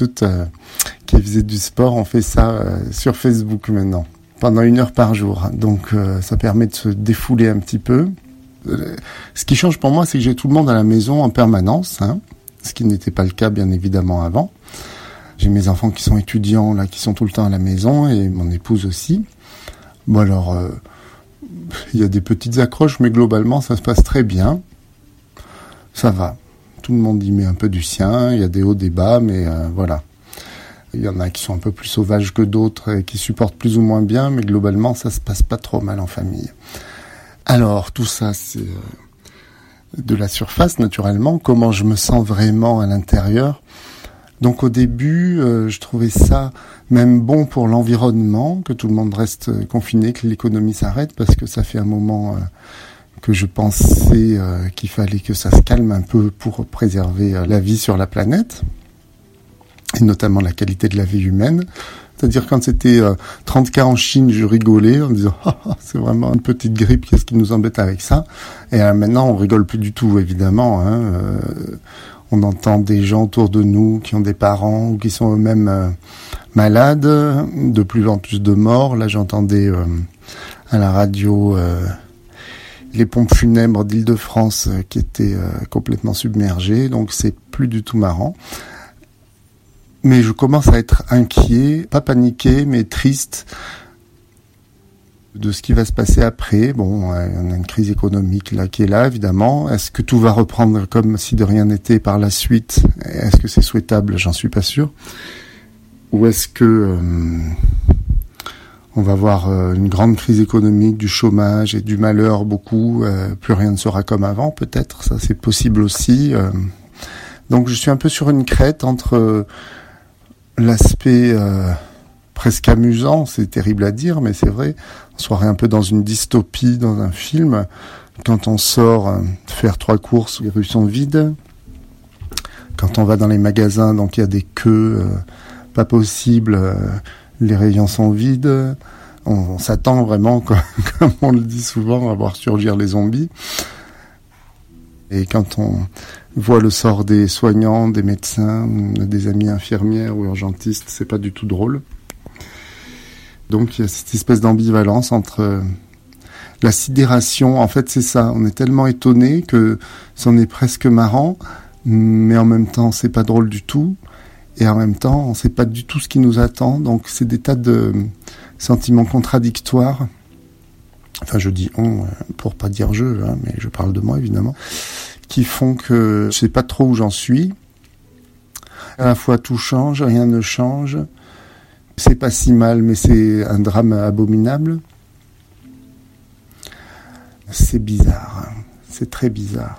qui faisaient du sport, on fait ça sur Facebook maintenant, pendant 1 heure par jour. Donc, ça permet de se défouler un petit peu. Ce qui change pour moi, c'est que j'ai tout le monde à la maison en permanence, hein, ce qui n'était pas le cas bien évidemment avant. J'ai mes enfants qui sont étudiants, là, qui sont tout le temps à la maison, et mon épouse aussi. Bon alors, il y a des petites accroches, mais globalement, ça se passe très bien. ça va. Tout le monde y met un peu du sien, il y a des hauts, des bas, mais voilà. Il y en a qui sont un peu plus sauvages que d'autres et qui supportent plus ou moins bien, mais globalement, ça se passe pas trop mal en famille. Alors, tout ça, c'est de la surface, naturellement. Comment je me sens vraiment à l'intérieur? Donc, au début, je trouvais ça même bon pour l'environnement, que tout le monde reste confiné, que l'économie s'arrête, parce que ça fait un moment que je pensais qu'il fallait que ça se calme un peu pour préserver la vie sur la planète. Et notamment la qualité de la vie humaine. C'est-à-dire quand c'était 30 cas en Chine, je rigolais en me disant c'est vraiment une petite grippe, qu'est-ce qui nous embête avec ça? Et maintenant on rigole plus du tout, évidemment. On entend des gens autour de nous qui ont des parents ou qui sont eux-mêmes malades, de plus en plus de morts. Là j'entendais à la radio les pompes funèbres d'Île-de-France qui étaient complètement submergées, donc c'est plus du tout marrant. Mais je commence à être inquiet, pas paniqué, mais triste de ce qui va se passer après. Bon, on a une crise économique là qui est là, évidemment. Est-ce que tout va reprendre comme si de rien n'était par la suite? Est-ce que c'est souhaitable? J'en suis pas sûr. Ou est-ce que on va avoir une grande crise économique, du chômage et du malheur beaucoup, plus rien ne sera comme avant, peut-être, ça c'est possible aussi. Donc je suis un peu sur une crête entre l'aspect presque amusant, c'est terrible à dire, mais c'est vrai, on se croirait un peu dans une dystopie, dans un film, quand on sort faire 3 courses, les rues sont vides, quand on va dans les magasins, donc il y a des queues, pas possible, les rayons sont vides, on s'attend vraiment, comme on le dit souvent, à voir surgir les zombies. Et quand on voit le sort des soignants, des médecins, des amis infirmières ou urgentistes, c'est pas du tout drôle. Donc il y a cette espèce d'ambivalence entre la sidération, en fait c'est ça, on est tellement étonné que c'en est presque marrant, mais en même temps c'est pas drôle du tout, et en même temps on sait pas du tout ce qui nous attend, donc c'est des tas de sentiments contradictoires. Enfin je dis on, pour pas dire je, mais je parle de moi évidemment, qui font que je sais pas trop où j'en suis. À la fois tout change, rien ne change. C'est pas si mal, mais c'est un drame abominable. C'est bizarre, c'est très bizarre.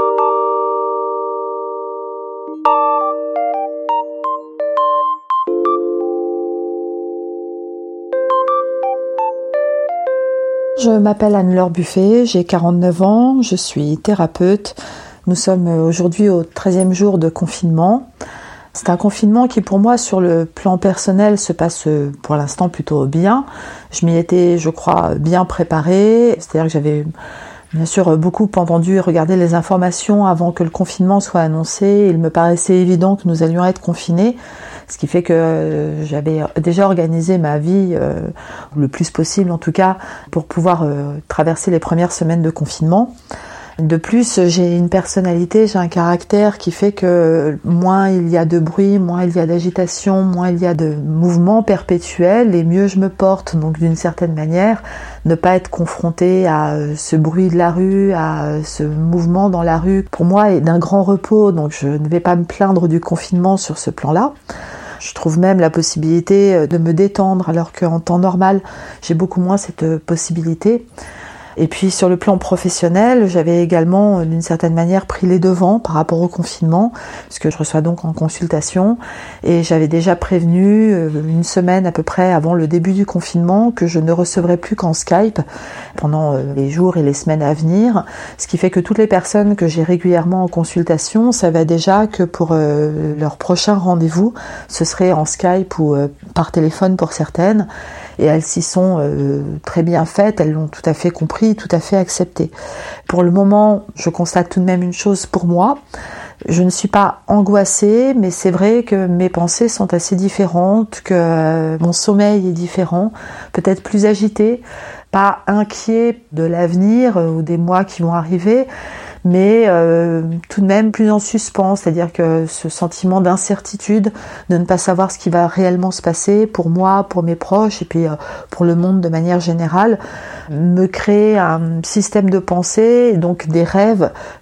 Je m'appelle Anne-Laure Buffet, j'ai 49 ans, je suis thérapeute. Nous sommes aujourd'hui au 13e jour de confinement. C'est un confinement qui pour moi sur le plan personnel se passe pour l'instant plutôt bien. Je m'y étais, je crois, bien préparée, c'est-à-dire que j'avais bien sûr beaucoup entendu et regardé les informations avant que le confinement soit annoncé. Il me paraissait évident que nous allions être confinés. Ce qui fait que j'avais déjà organisé ma vie le plus possible en tout cas pour pouvoir traverser les premières semaines de confinement. De plus, j'ai une personnalité, j'ai un caractère qui fait que moins il y a de bruit, moins il y a d'agitation, moins il y a de mouvements perpétuels et mieux je me porte. Donc d'une certaine manière, ne pas être confronté à ce bruit de la rue, à ce mouvement dans la rue, pour moi est d'un grand repos. Donc je ne vais pas me plaindre du confinement sur ce plan-là. Je trouve même la possibilité de me détendre alors qu'en temps normal, j'ai beaucoup moins cette possibilité. Et puis sur le plan professionnel, j'avais également d'une certaine manière pris les devants par rapport au confinement, puisque je reçois donc en consultation, et j'avais déjà prévenu une semaine à peu près avant le début du confinement que je ne recevrais plus qu'en Skype pendant les jours et les semaines à venir, ce qui fait que toutes les personnes que j'ai régulièrement en consultation savaient déjà que pour leur prochain rendez-vous, ce serait en Skype ou par téléphone pour certaines. Et elles s'y sont très bien faites, elles l'ont tout à fait compris, tout à fait accepté. Pour le moment, je constate tout de même une chose pour moi. Je ne suis pas angoissée, mais c'est vrai que mes pensées sont assez différentes, que mon sommeil est différent, peut-être plus agité, pas inquiet de l'avenir ou des mois qui vont arriver, mais tout de même plus en suspens, c'est-à-dire que ce sentiment d'incertitude, de ne pas savoir ce qui va réellement se passer pour moi, pour mes proches et puis pour le monde de manière générale, me crée un système de pensée et donc des rêves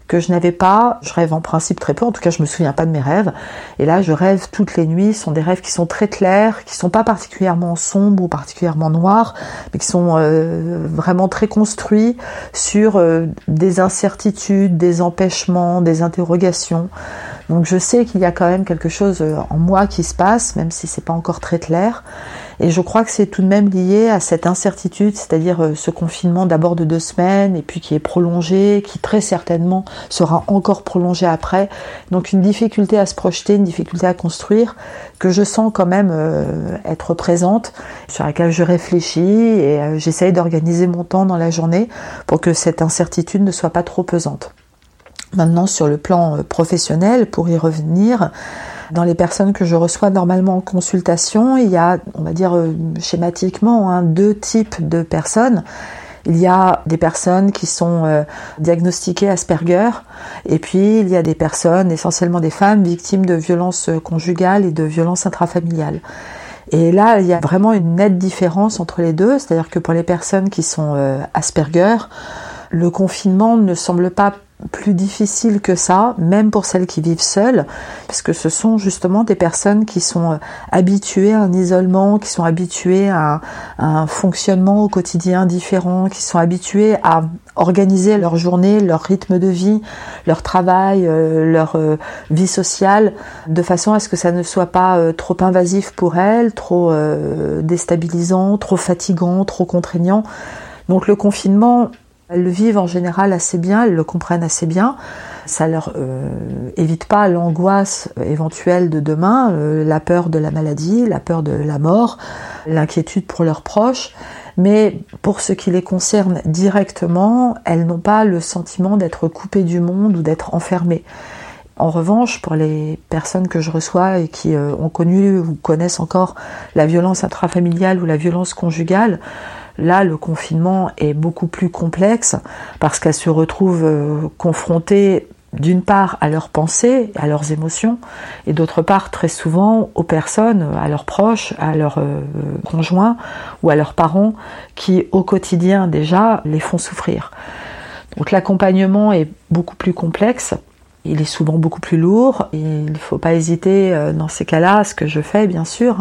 que je n'avais pas. Je rêve en principe très peu, en tout cas je me souviens pas de mes rêves. Et là je rêve toutes les nuits, ce sont des rêves qui sont très clairs, qui sont pas particulièrement sombres ou particulièrement noirs, mais qui sont vraiment très construits sur des incertitudes, des empêchements, des interrogations. Donc je sais qu'il y a quand même quelque chose en moi qui se passe, même si c'est pas encore très clair. Et je crois que c'est tout de même lié à cette incertitude, c'est-à-dire ce confinement d'abord de 2 semaines et puis qui est prolongé, qui très certainement sera encore prolongé après. Donc une difficulté à se projeter, une difficulté à construire que je sens quand même être présente, sur laquelle je réfléchis et j'essaye d'organiser mon temps dans la journée pour que cette incertitude ne soit pas trop pesante. Maintenant, sur le plan professionnel, pour y revenir, dans les personnes que je reçois normalement en consultation, il y a, on va dire schématiquement, 2 types de personnes. Il y a des personnes qui sont diagnostiquées Asperger, et puis il y a des personnes, essentiellement des femmes, victimes de violences conjugales et de violences intrafamiliales. Et là, il y a vraiment une nette différence entre les deux, c'est-à-dire que pour les personnes qui sont Asperger, le confinement ne semble pas plus difficile que ça, même pour celles qui vivent seules, parce que ce sont justement des personnes qui sont habituées à un isolement, qui sont habituées à un fonctionnement au quotidien différent, qui sont habituées à organiser leur journée, leur rythme de vie, leur travail, leur vie sociale, de façon à ce que ça ne soit pas trop invasif pour elles, trop déstabilisant, trop fatigant, trop contraignant. Donc le confinement, elles le vivent en général assez bien, elles le comprennent assez bien. Ça leur évite pas l'angoisse éventuelle de demain, la peur de la maladie, la peur de la mort, l'inquiétude pour leurs proches. Mais pour ce qui les concerne directement, elles n'ont pas le sentiment d'être coupées du monde ou d'être enfermées. En revanche, pour les personnes que je reçois et qui ont connu ou connaissent encore la violence intrafamiliale ou la violence conjugale, là, le confinement est beaucoup plus complexe parce qu'elles se retrouvent confrontées d'une part à leurs pensées, à leurs émotions, et d'autre part très souvent aux personnes, à leurs proches, à leurs conjoints ou à leurs parents qui au quotidien déjà les font souffrir. Donc l'accompagnement est beaucoup plus complexe. Il est souvent beaucoup plus lourd et il ne faut pas hésiter dans ces cas-là, ce que je fais bien sûr,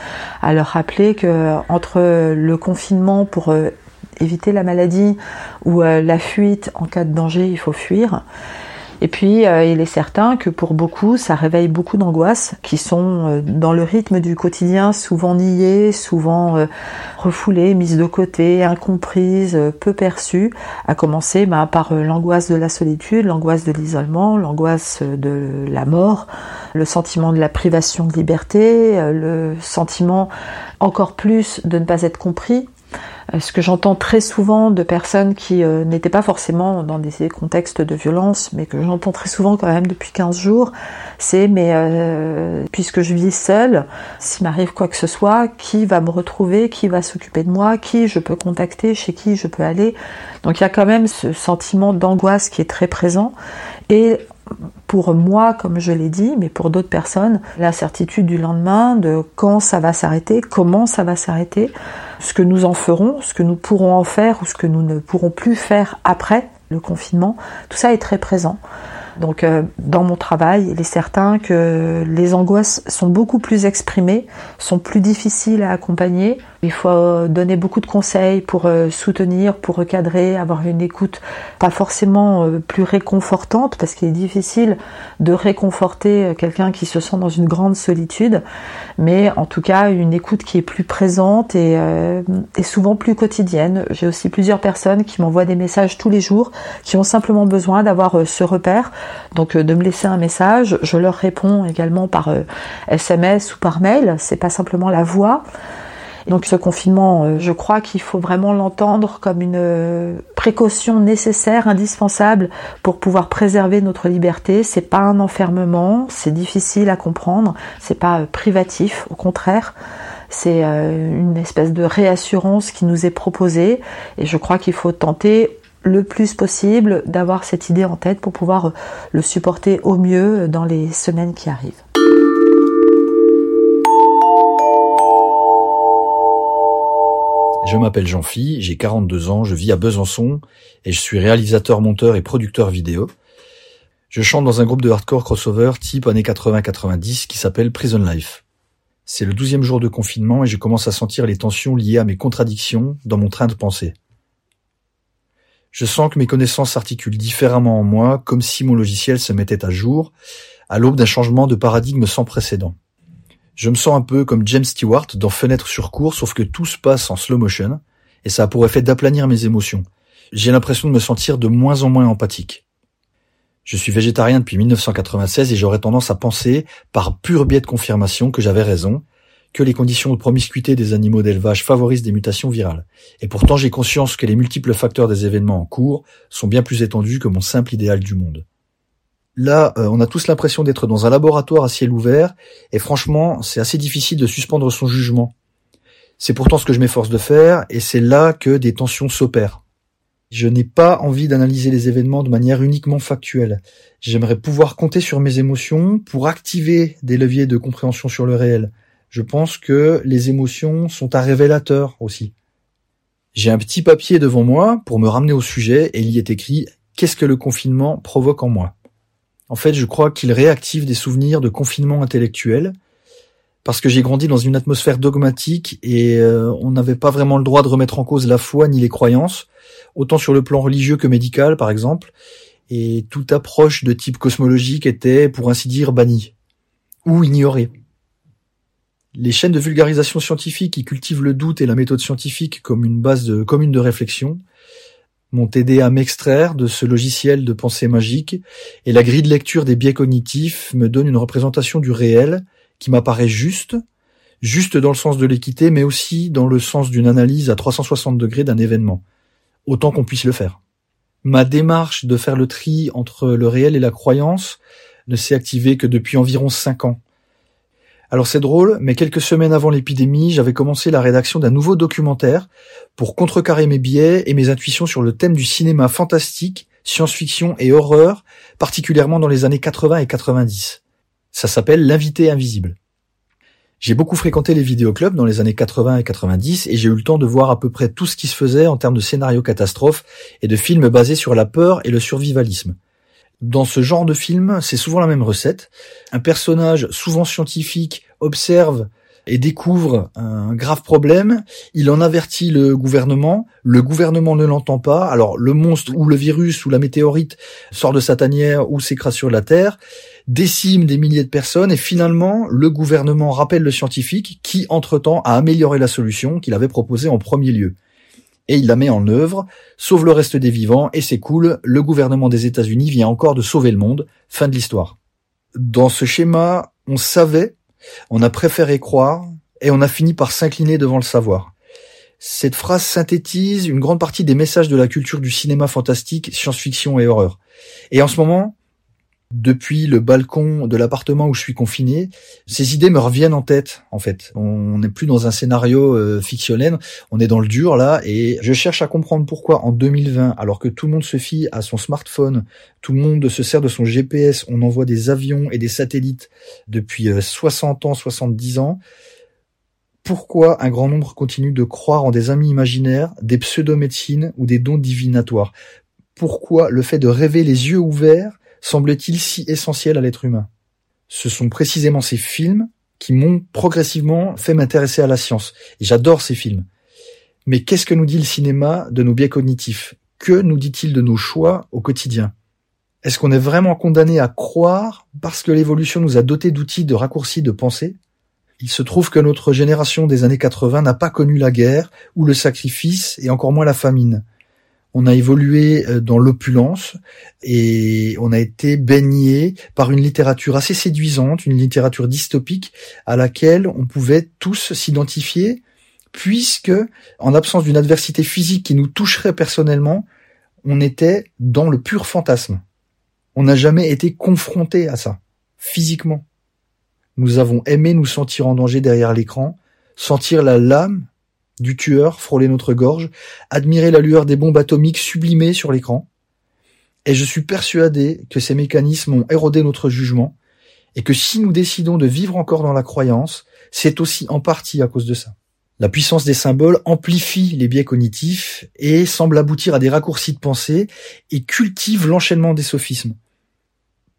à leur rappeler que entre le confinement pour éviter la maladie ou la fuite en cas de danger, il faut fuir. Et puis il est certain que pour beaucoup, ça réveille beaucoup d'angoisses qui sont dans le rythme du quotidien, souvent niées, souvent refoulées, mises de côté, incomprises, peu perçues, à commencer par l'angoisse de la solitude, l'angoisse de l'isolement, l'angoisse de la mort, le sentiment de la privation de liberté, le sentiment encore plus de ne pas être compris. Ce que j'entends très souvent de personnes qui n'étaient pas forcément dans des contextes de violence, mais que j'entends très souvent quand même depuis 15 jours, c'est puisque je vis seule, s'il m'arrive quoi que ce soit, qui va me retrouver, qui va s'occuper de moi, qui je peux contacter, chez qui je peux aller. Donc il y a quand même ce sentiment d'angoisse qui est très présent. Et pour moi, comme je l'ai dit, mais pour d'autres personnes, l'incertitude du lendemain, de quand ça va s'arrêter, comment ça va s'arrêter, ce que nous en ferons, ce que nous pourrons en faire ou ce que nous ne pourrons plus faire après le confinement, tout ça est très présent. Donc dans mon travail, il est certain que les angoisses sont beaucoup plus exprimées, sont plus difficiles à accompagner. Il faut donner beaucoup de conseils pour soutenir, pour recadrer, avoir une écoute pas forcément plus réconfortante, parce qu'il est difficile de réconforter quelqu'un qui se sent dans une grande solitude, mais en tout cas une écoute qui est plus présente et souvent plus quotidienne. J'ai aussi plusieurs personnes qui m'envoient des messages tous les jours, qui ont simplement besoin d'avoir ce repère, donc de me laisser un message. Je leur réponds également par SMS ou par mail, c'est pas simplement la voix. Donc ce confinement, je crois qu'il faut vraiment l'entendre comme une précaution nécessaire, indispensable pour pouvoir préserver notre liberté. C'est pas un enfermement, c'est difficile à comprendre, c'est pas privatif, au contraire. C'est une espèce de réassurance qui nous est proposée et je crois qu'il faut tenter le plus possible d'avoir cette idée en tête pour pouvoir le supporter au mieux dans les semaines qui arrivent. Je m'appelle Jean-Phi, j'ai 42 ans, je vis à Besançon et je suis réalisateur, monteur et producteur vidéo. Je chante dans un groupe de hardcore crossover type années 80-90 qui s'appelle Prison Life. C'est le 12e jour de confinement et je commence à sentir les tensions liées à mes contradictions dans mon train de pensée. Je sens que mes connaissances s'articulent différemment en moi, comme si mon logiciel se mettait à jour, à l'aube d'un changement de paradigme sans précédent. Je me sens un peu comme James Stewart dans Fenêtre sur cour, sauf que tout se passe en slow motion, et ça a pour effet d'aplanir mes émotions. J'ai l'impression de me sentir de moins en moins empathique. Je suis végétarien depuis 1996 et j'aurais tendance à penser, par pur biais de confirmation, que j'avais raison, que les conditions de promiscuité des animaux d'élevage favorisent des mutations virales. Et pourtant j'ai conscience que les multiples facteurs des événements en cours sont bien plus étendus que mon simple idéal du monde. Là, on a tous l'impression d'être dans un laboratoire à ciel ouvert, et franchement, c'est assez difficile de suspendre son jugement. C'est pourtant ce que je m'efforce de faire, et c'est là que des tensions s'opèrent. Je n'ai pas envie d'analyser les événements de manière uniquement factuelle. J'aimerais pouvoir compter sur mes émotions pour activer des leviers de compréhension sur le réel. Je pense que les émotions sont un révélateur aussi. J'ai un petit papier devant moi pour me ramener au sujet, et il y est écrit « Qu'est-ce que le confinement provoque en moi ?» En fait, je crois qu'il réactive des souvenirs de confinement intellectuel, parce que j'ai grandi dans une atmosphère dogmatique et on n'avait pas vraiment le droit de remettre en cause la foi ni les croyances, autant sur le plan religieux que médical par exemple, et toute approche de type cosmologique était, pour ainsi dire, bannie, ou ignorée. Les chaînes de vulgarisation scientifique qui cultivent le doute et la méthode scientifique comme une base commune de réflexion m'ont aidé à m'extraire de ce logiciel de pensée magique, et la grille de lecture des biais cognitifs me donne une représentation du réel qui m'apparaît juste dans le sens de l'équité, mais aussi dans le sens d'une analyse à 360 degrés d'un événement, autant qu'on puisse le faire. Ma démarche de faire le tri entre le réel et la croyance ne s'est activée que depuis environ 5 ans. Alors c'est drôle, mais quelques semaines avant l'épidémie, j'avais commencé la rédaction d'un nouveau documentaire pour contrecarrer mes biais et mes intuitions sur le thème du cinéma fantastique, science-fiction et horreur, particulièrement dans les années 80 et 90. Ça s'appelle L'invité invisible. J'ai beaucoup fréquenté les vidéoclubs dans les années 80 et 90 et j'ai eu le temps de voir à peu près tout ce qui se faisait en termes de scénarios catastrophes et de films basés sur la peur et le survivalisme. Dans ce genre de film, c'est souvent la même recette. Un personnage, souvent scientifique, observe et découvre un grave problème. Il en avertit le gouvernement ne l'entend pas. Alors le monstre ou le virus ou la météorite sort de sa tanière ou s'écrase sur la Terre, décime des milliers de personnes et finalement le gouvernement rappelle le scientifique qui, entre-temps, a amélioré la solution qu'il avait proposée en premier lieu. Et il la met en œuvre, sauve le reste des vivants, et c'est cool, le gouvernement des États-Unis vient encore de sauver le monde. Fin de l'histoire. Dans ce schéma, on savait, on a préféré croire, et on a fini par s'incliner devant le savoir. Cette phrase synthétise une grande partie des messages de la culture du cinéma fantastique, science-fiction et horreur. Et en ce moment, depuis le balcon de l'appartement où je suis confiné, ces idées me reviennent en tête, en fait. On n'est plus dans un scénario fictionnel, on est dans le dur, là, et je cherche à comprendre pourquoi, en 2020, alors que tout le monde se fie à son smartphone, tout le monde se sert de son GPS, on envoie des avions et des satellites depuis 60 ans, 70 ans, pourquoi un grand nombre continue de croire en des amis imaginaires, des pseudo-médecines ou des dons divinatoires? Pourquoi le fait de rêver les yeux ouverts semble-t-il si essentiel à l'être humain? Ce sont précisément ces films qui m'ont progressivement fait m'intéresser à la science. Et j'adore ces films. Mais qu'est-ce que nous dit le cinéma de nos biais cognitifs? Que nous dit-il de nos choix au quotidien? Est-ce qu'on est vraiment condamné à croire parce que l'évolution nous a dotés d'outils de raccourcis de pensée? Il se trouve que notre génération des années 80 n'a pas connu la guerre ou le sacrifice et encore moins la famine. On a évolué dans l'opulence et on a été baigné par une littérature assez séduisante, une littérature dystopique à laquelle on pouvait tous s'identifier puisque, en l'absence d'une adversité physique qui nous toucherait personnellement, on était dans le pur fantasme. On n'a jamais été confronté à ça, physiquement. Nous avons aimé nous sentir en danger derrière l'écran, sentir la lame du tueur frôler notre gorge, admirer la lueur des bombes atomiques sublimées sur l'écran. Et je suis persuadé que ces mécanismes ont érodé notre jugement et que si nous décidons de vivre encore dans la croyance, c'est aussi en partie à cause de ça. La puissance des symboles amplifie les biais cognitifs et semble aboutir à des raccourcis de pensée et cultive l'enchaînement des sophismes.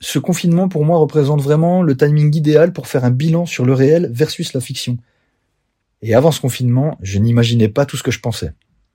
Ce confinement, pour moi, représente vraiment le timing idéal pour faire un bilan sur le réel versus la fiction. Et avant ce confinement, je n'imaginais pas tout ce que je pensais.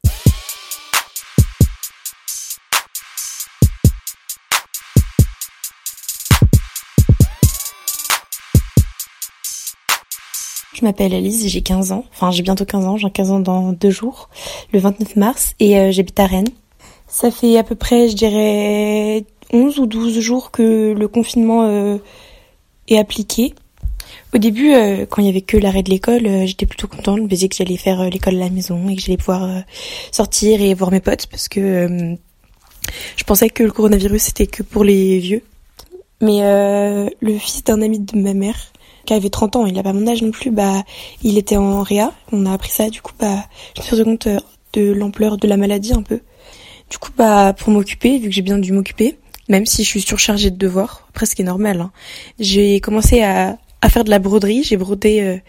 Je m'appelle Alice, j'ai 15 ans. Enfin, j'ai bientôt 15 ans, j'ai 15 ans dans 2 jours, le 29 mars, et j'habite à Rennes. Ça fait à peu près, je dirais, 11 ou 12 jours que le confinement est appliqué. Au début, quand il y avait que l'arrêt de l'école, j'étais plutôt contente. Je me disais que j'allais faire l'école à la maison et que j'allais pouvoir sortir et voir mes potes, parce que je pensais que le coronavirus, c'était que pour les vieux. Mais le fils d'un ami de ma mère, qui avait 30 ans, il a pas mon âge non plus, il était en réa, on a appris ça, du coup, je me suis rendu compte de l'ampleur de la maladie un peu. Du coup, pour m'occuper, vu que j'ai bien dû m'occuper, même si je suis surchargée de devoirs, après ce qui est normal, hein, j'ai commencé à faire de la broderie, j'ai brodé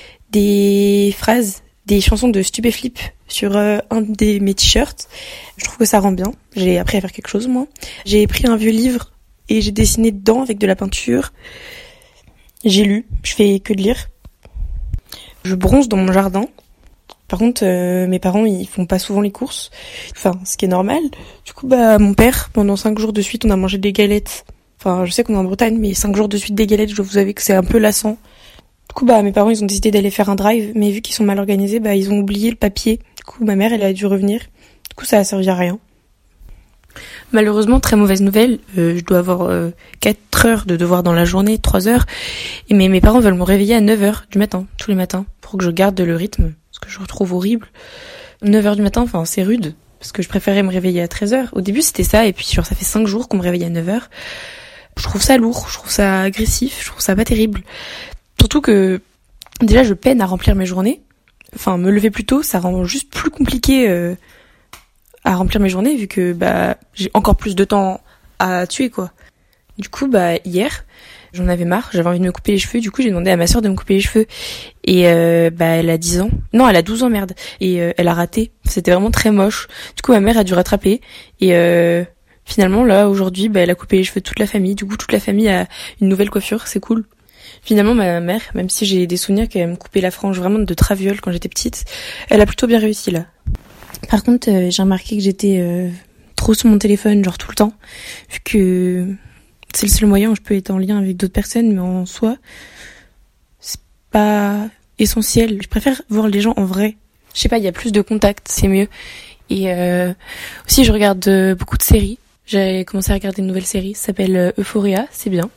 des phrases, des chansons de Stupéflip sur un de mes t-shirts. Je trouve que ça rend bien, j'ai appris à faire quelque chose, moi. J'ai pris un vieux livre et j'ai dessiné dedans avec de la peinture. J'ai lu, je fais que de lire. Je bronze dans mon jardin. Par contre, mes parents, ils font pas souvent les courses. Enfin, ce qui est normal. Du coup, mon père, pendant 5 jours de suite, on a mangé des galettes. Enfin, je sais qu'on est en Bretagne, mais 5 jours de suite des galettes, je dois vous avouer que c'est un peu lassant. Du coup, mes parents, ils ont décidé d'aller faire un drive, mais vu qu'ils sont mal organisés, ils ont oublié le papier. Du coup, ma mère, elle a dû revenir. Du coup, ça a servi à rien. Malheureusement, très mauvaise nouvelle, je dois avoir 4 heures de devoir dans la journée, 3 heures, mais mes parents veulent me réveiller à 9h du matin, tous les matins, pour que je garde le rythme, ce que je retrouve horrible. 9h du matin, c'est rude, parce que je préférais me réveiller à 13h. Au début, c'était ça, et puis ça fait 5 jours qu'on me réveille à 9h. Je trouve ça lourd, je trouve ça agressif, je trouve ça pas terrible. Surtout que, déjà, je peine à remplir mes journées. Enfin, me lever plus tôt, ça rend juste plus compliqué à remplir mes journées, vu que j'ai encore plus de temps à tuer, quoi. Du coup, hier, j'en avais marre, j'avais envie de me couper les cheveux, du coup j'ai demandé à ma sœur de me couper les cheveux. Et elle a 10 ans. Non, elle a 12 ans, merde. Et elle a raté. C'était vraiment très moche. Du coup, ma mère a dû rattraper. Et finalement, là, aujourd'hui, elle a coupé les cheveux de toute la famille. Du coup, toute la famille a une nouvelle coiffure, c'est cool. Finalement, ma mère, même si j'ai des souvenirs qu'elle me coupait la frange vraiment de traviole quand j'étais petite, elle a plutôt bien réussi, là. Par contre, j'ai remarqué que j'étais trop sur mon téléphone, genre tout le temps, vu que c'est le seul moyen où je peux être en lien avec d'autres personnes, mais en soi, c'est pas essentiel. Je préfère voir les gens en vrai. Je sais pas, il y a plus de contact, c'est mieux. Et aussi, je regarde beaucoup de séries. J'ai commencé à regarder une nouvelle série, ça s'appelle Euphoria, c'est bien.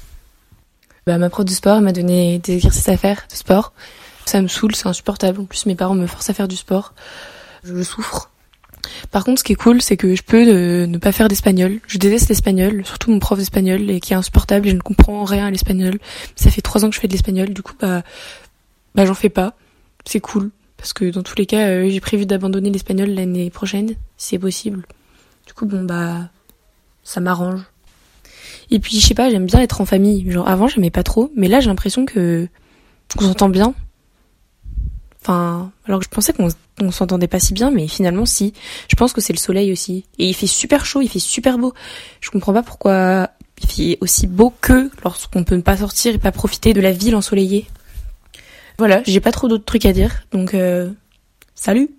Ma prof de sport m'a donné des exercices à faire de sport. Ça me saoule, c'est insupportable. En plus, mes parents me forcent à faire du sport. Je souffre. Par contre, ce qui est cool, c'est que je peux ne pas faire d'espagnol. Je déteste l'espagnol, surtout mon prof d'espagnol, qui est insupportable et je ne comprends rien à l'espagnol. Ça fait 3 ans que je fais de l'espagnol, du coup, j'en fais pas. C'est cool. Parce que dans tous les cas, j'ai prévu d'abandonner l'espagnol l'année prochaine, si c'est possible. Du coup, ça m'arrange. Et puis, je sais pas, j'aime bien être en famille. Genre, avant, j'aimais pas trop, mais là, j'ai l'impression qu'on s'entend bien. Enfin, alors que je pensais qu'on s'entendait pas si bien, mais finalement si. Je pense que c'est le soleil aussi. Et il fait super chaud, il fait super beau. Je comprends pas pourquoi il fait aussi beau que lorsqu'on peut pas sortir et pas profiter de la ville ensoleillée. Voilà, j'ai pas trop d'autres trucs à dire, donc salut.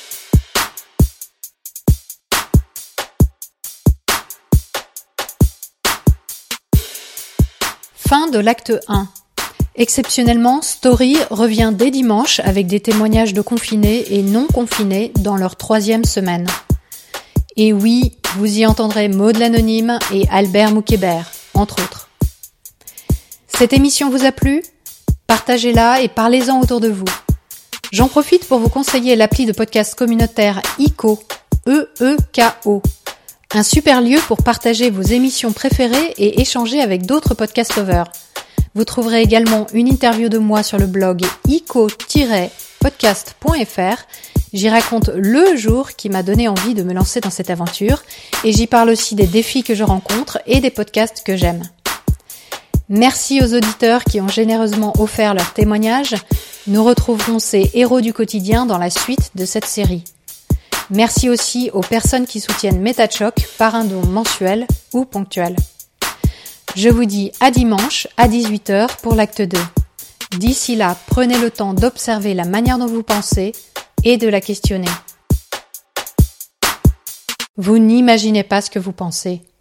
Fin de l'acte 1. Exceptionnellement, Story revient dès dimanche avec des témoignages de confinés et non confinés dans leur 3e semaine. Et oui, vous y entendrez Maud l'Anonyme et Albert Moukébert, entre autres. Cette émission vous a plu ? Partagez-la et parlez-en autour de vous. J'en profite pour vous conseiller l'appli de podcast communautaire EEKO, E-E-K-O. Un super lieu pour partager vos émissions préférées et échanger avec d'autres podcast lovers. Vous trouverez également une interview de moi sur le blog eco-podcast.fr. J'y raconte le jour qui m'a donné envie de me lancer dans cette aventure et j'y parle aussi des défis que je rencontre et des podcasts que j'aime. Merci aux auditeurs qui ont généreusement offert leurs témoignages. Nous retrouverons ces héros du quotidien dans la suite de cette série. Merci aussi aux personnes qui soutiennent MetaChoc par un don mensuel ou ponctuel. Je vous dis à dimanche à 18h pour l'acte 2. D'ici là, prenez le temps d'observer la manière dont vous pensez et de la questionner. Vous n'imaginez pas ce que vous pensez.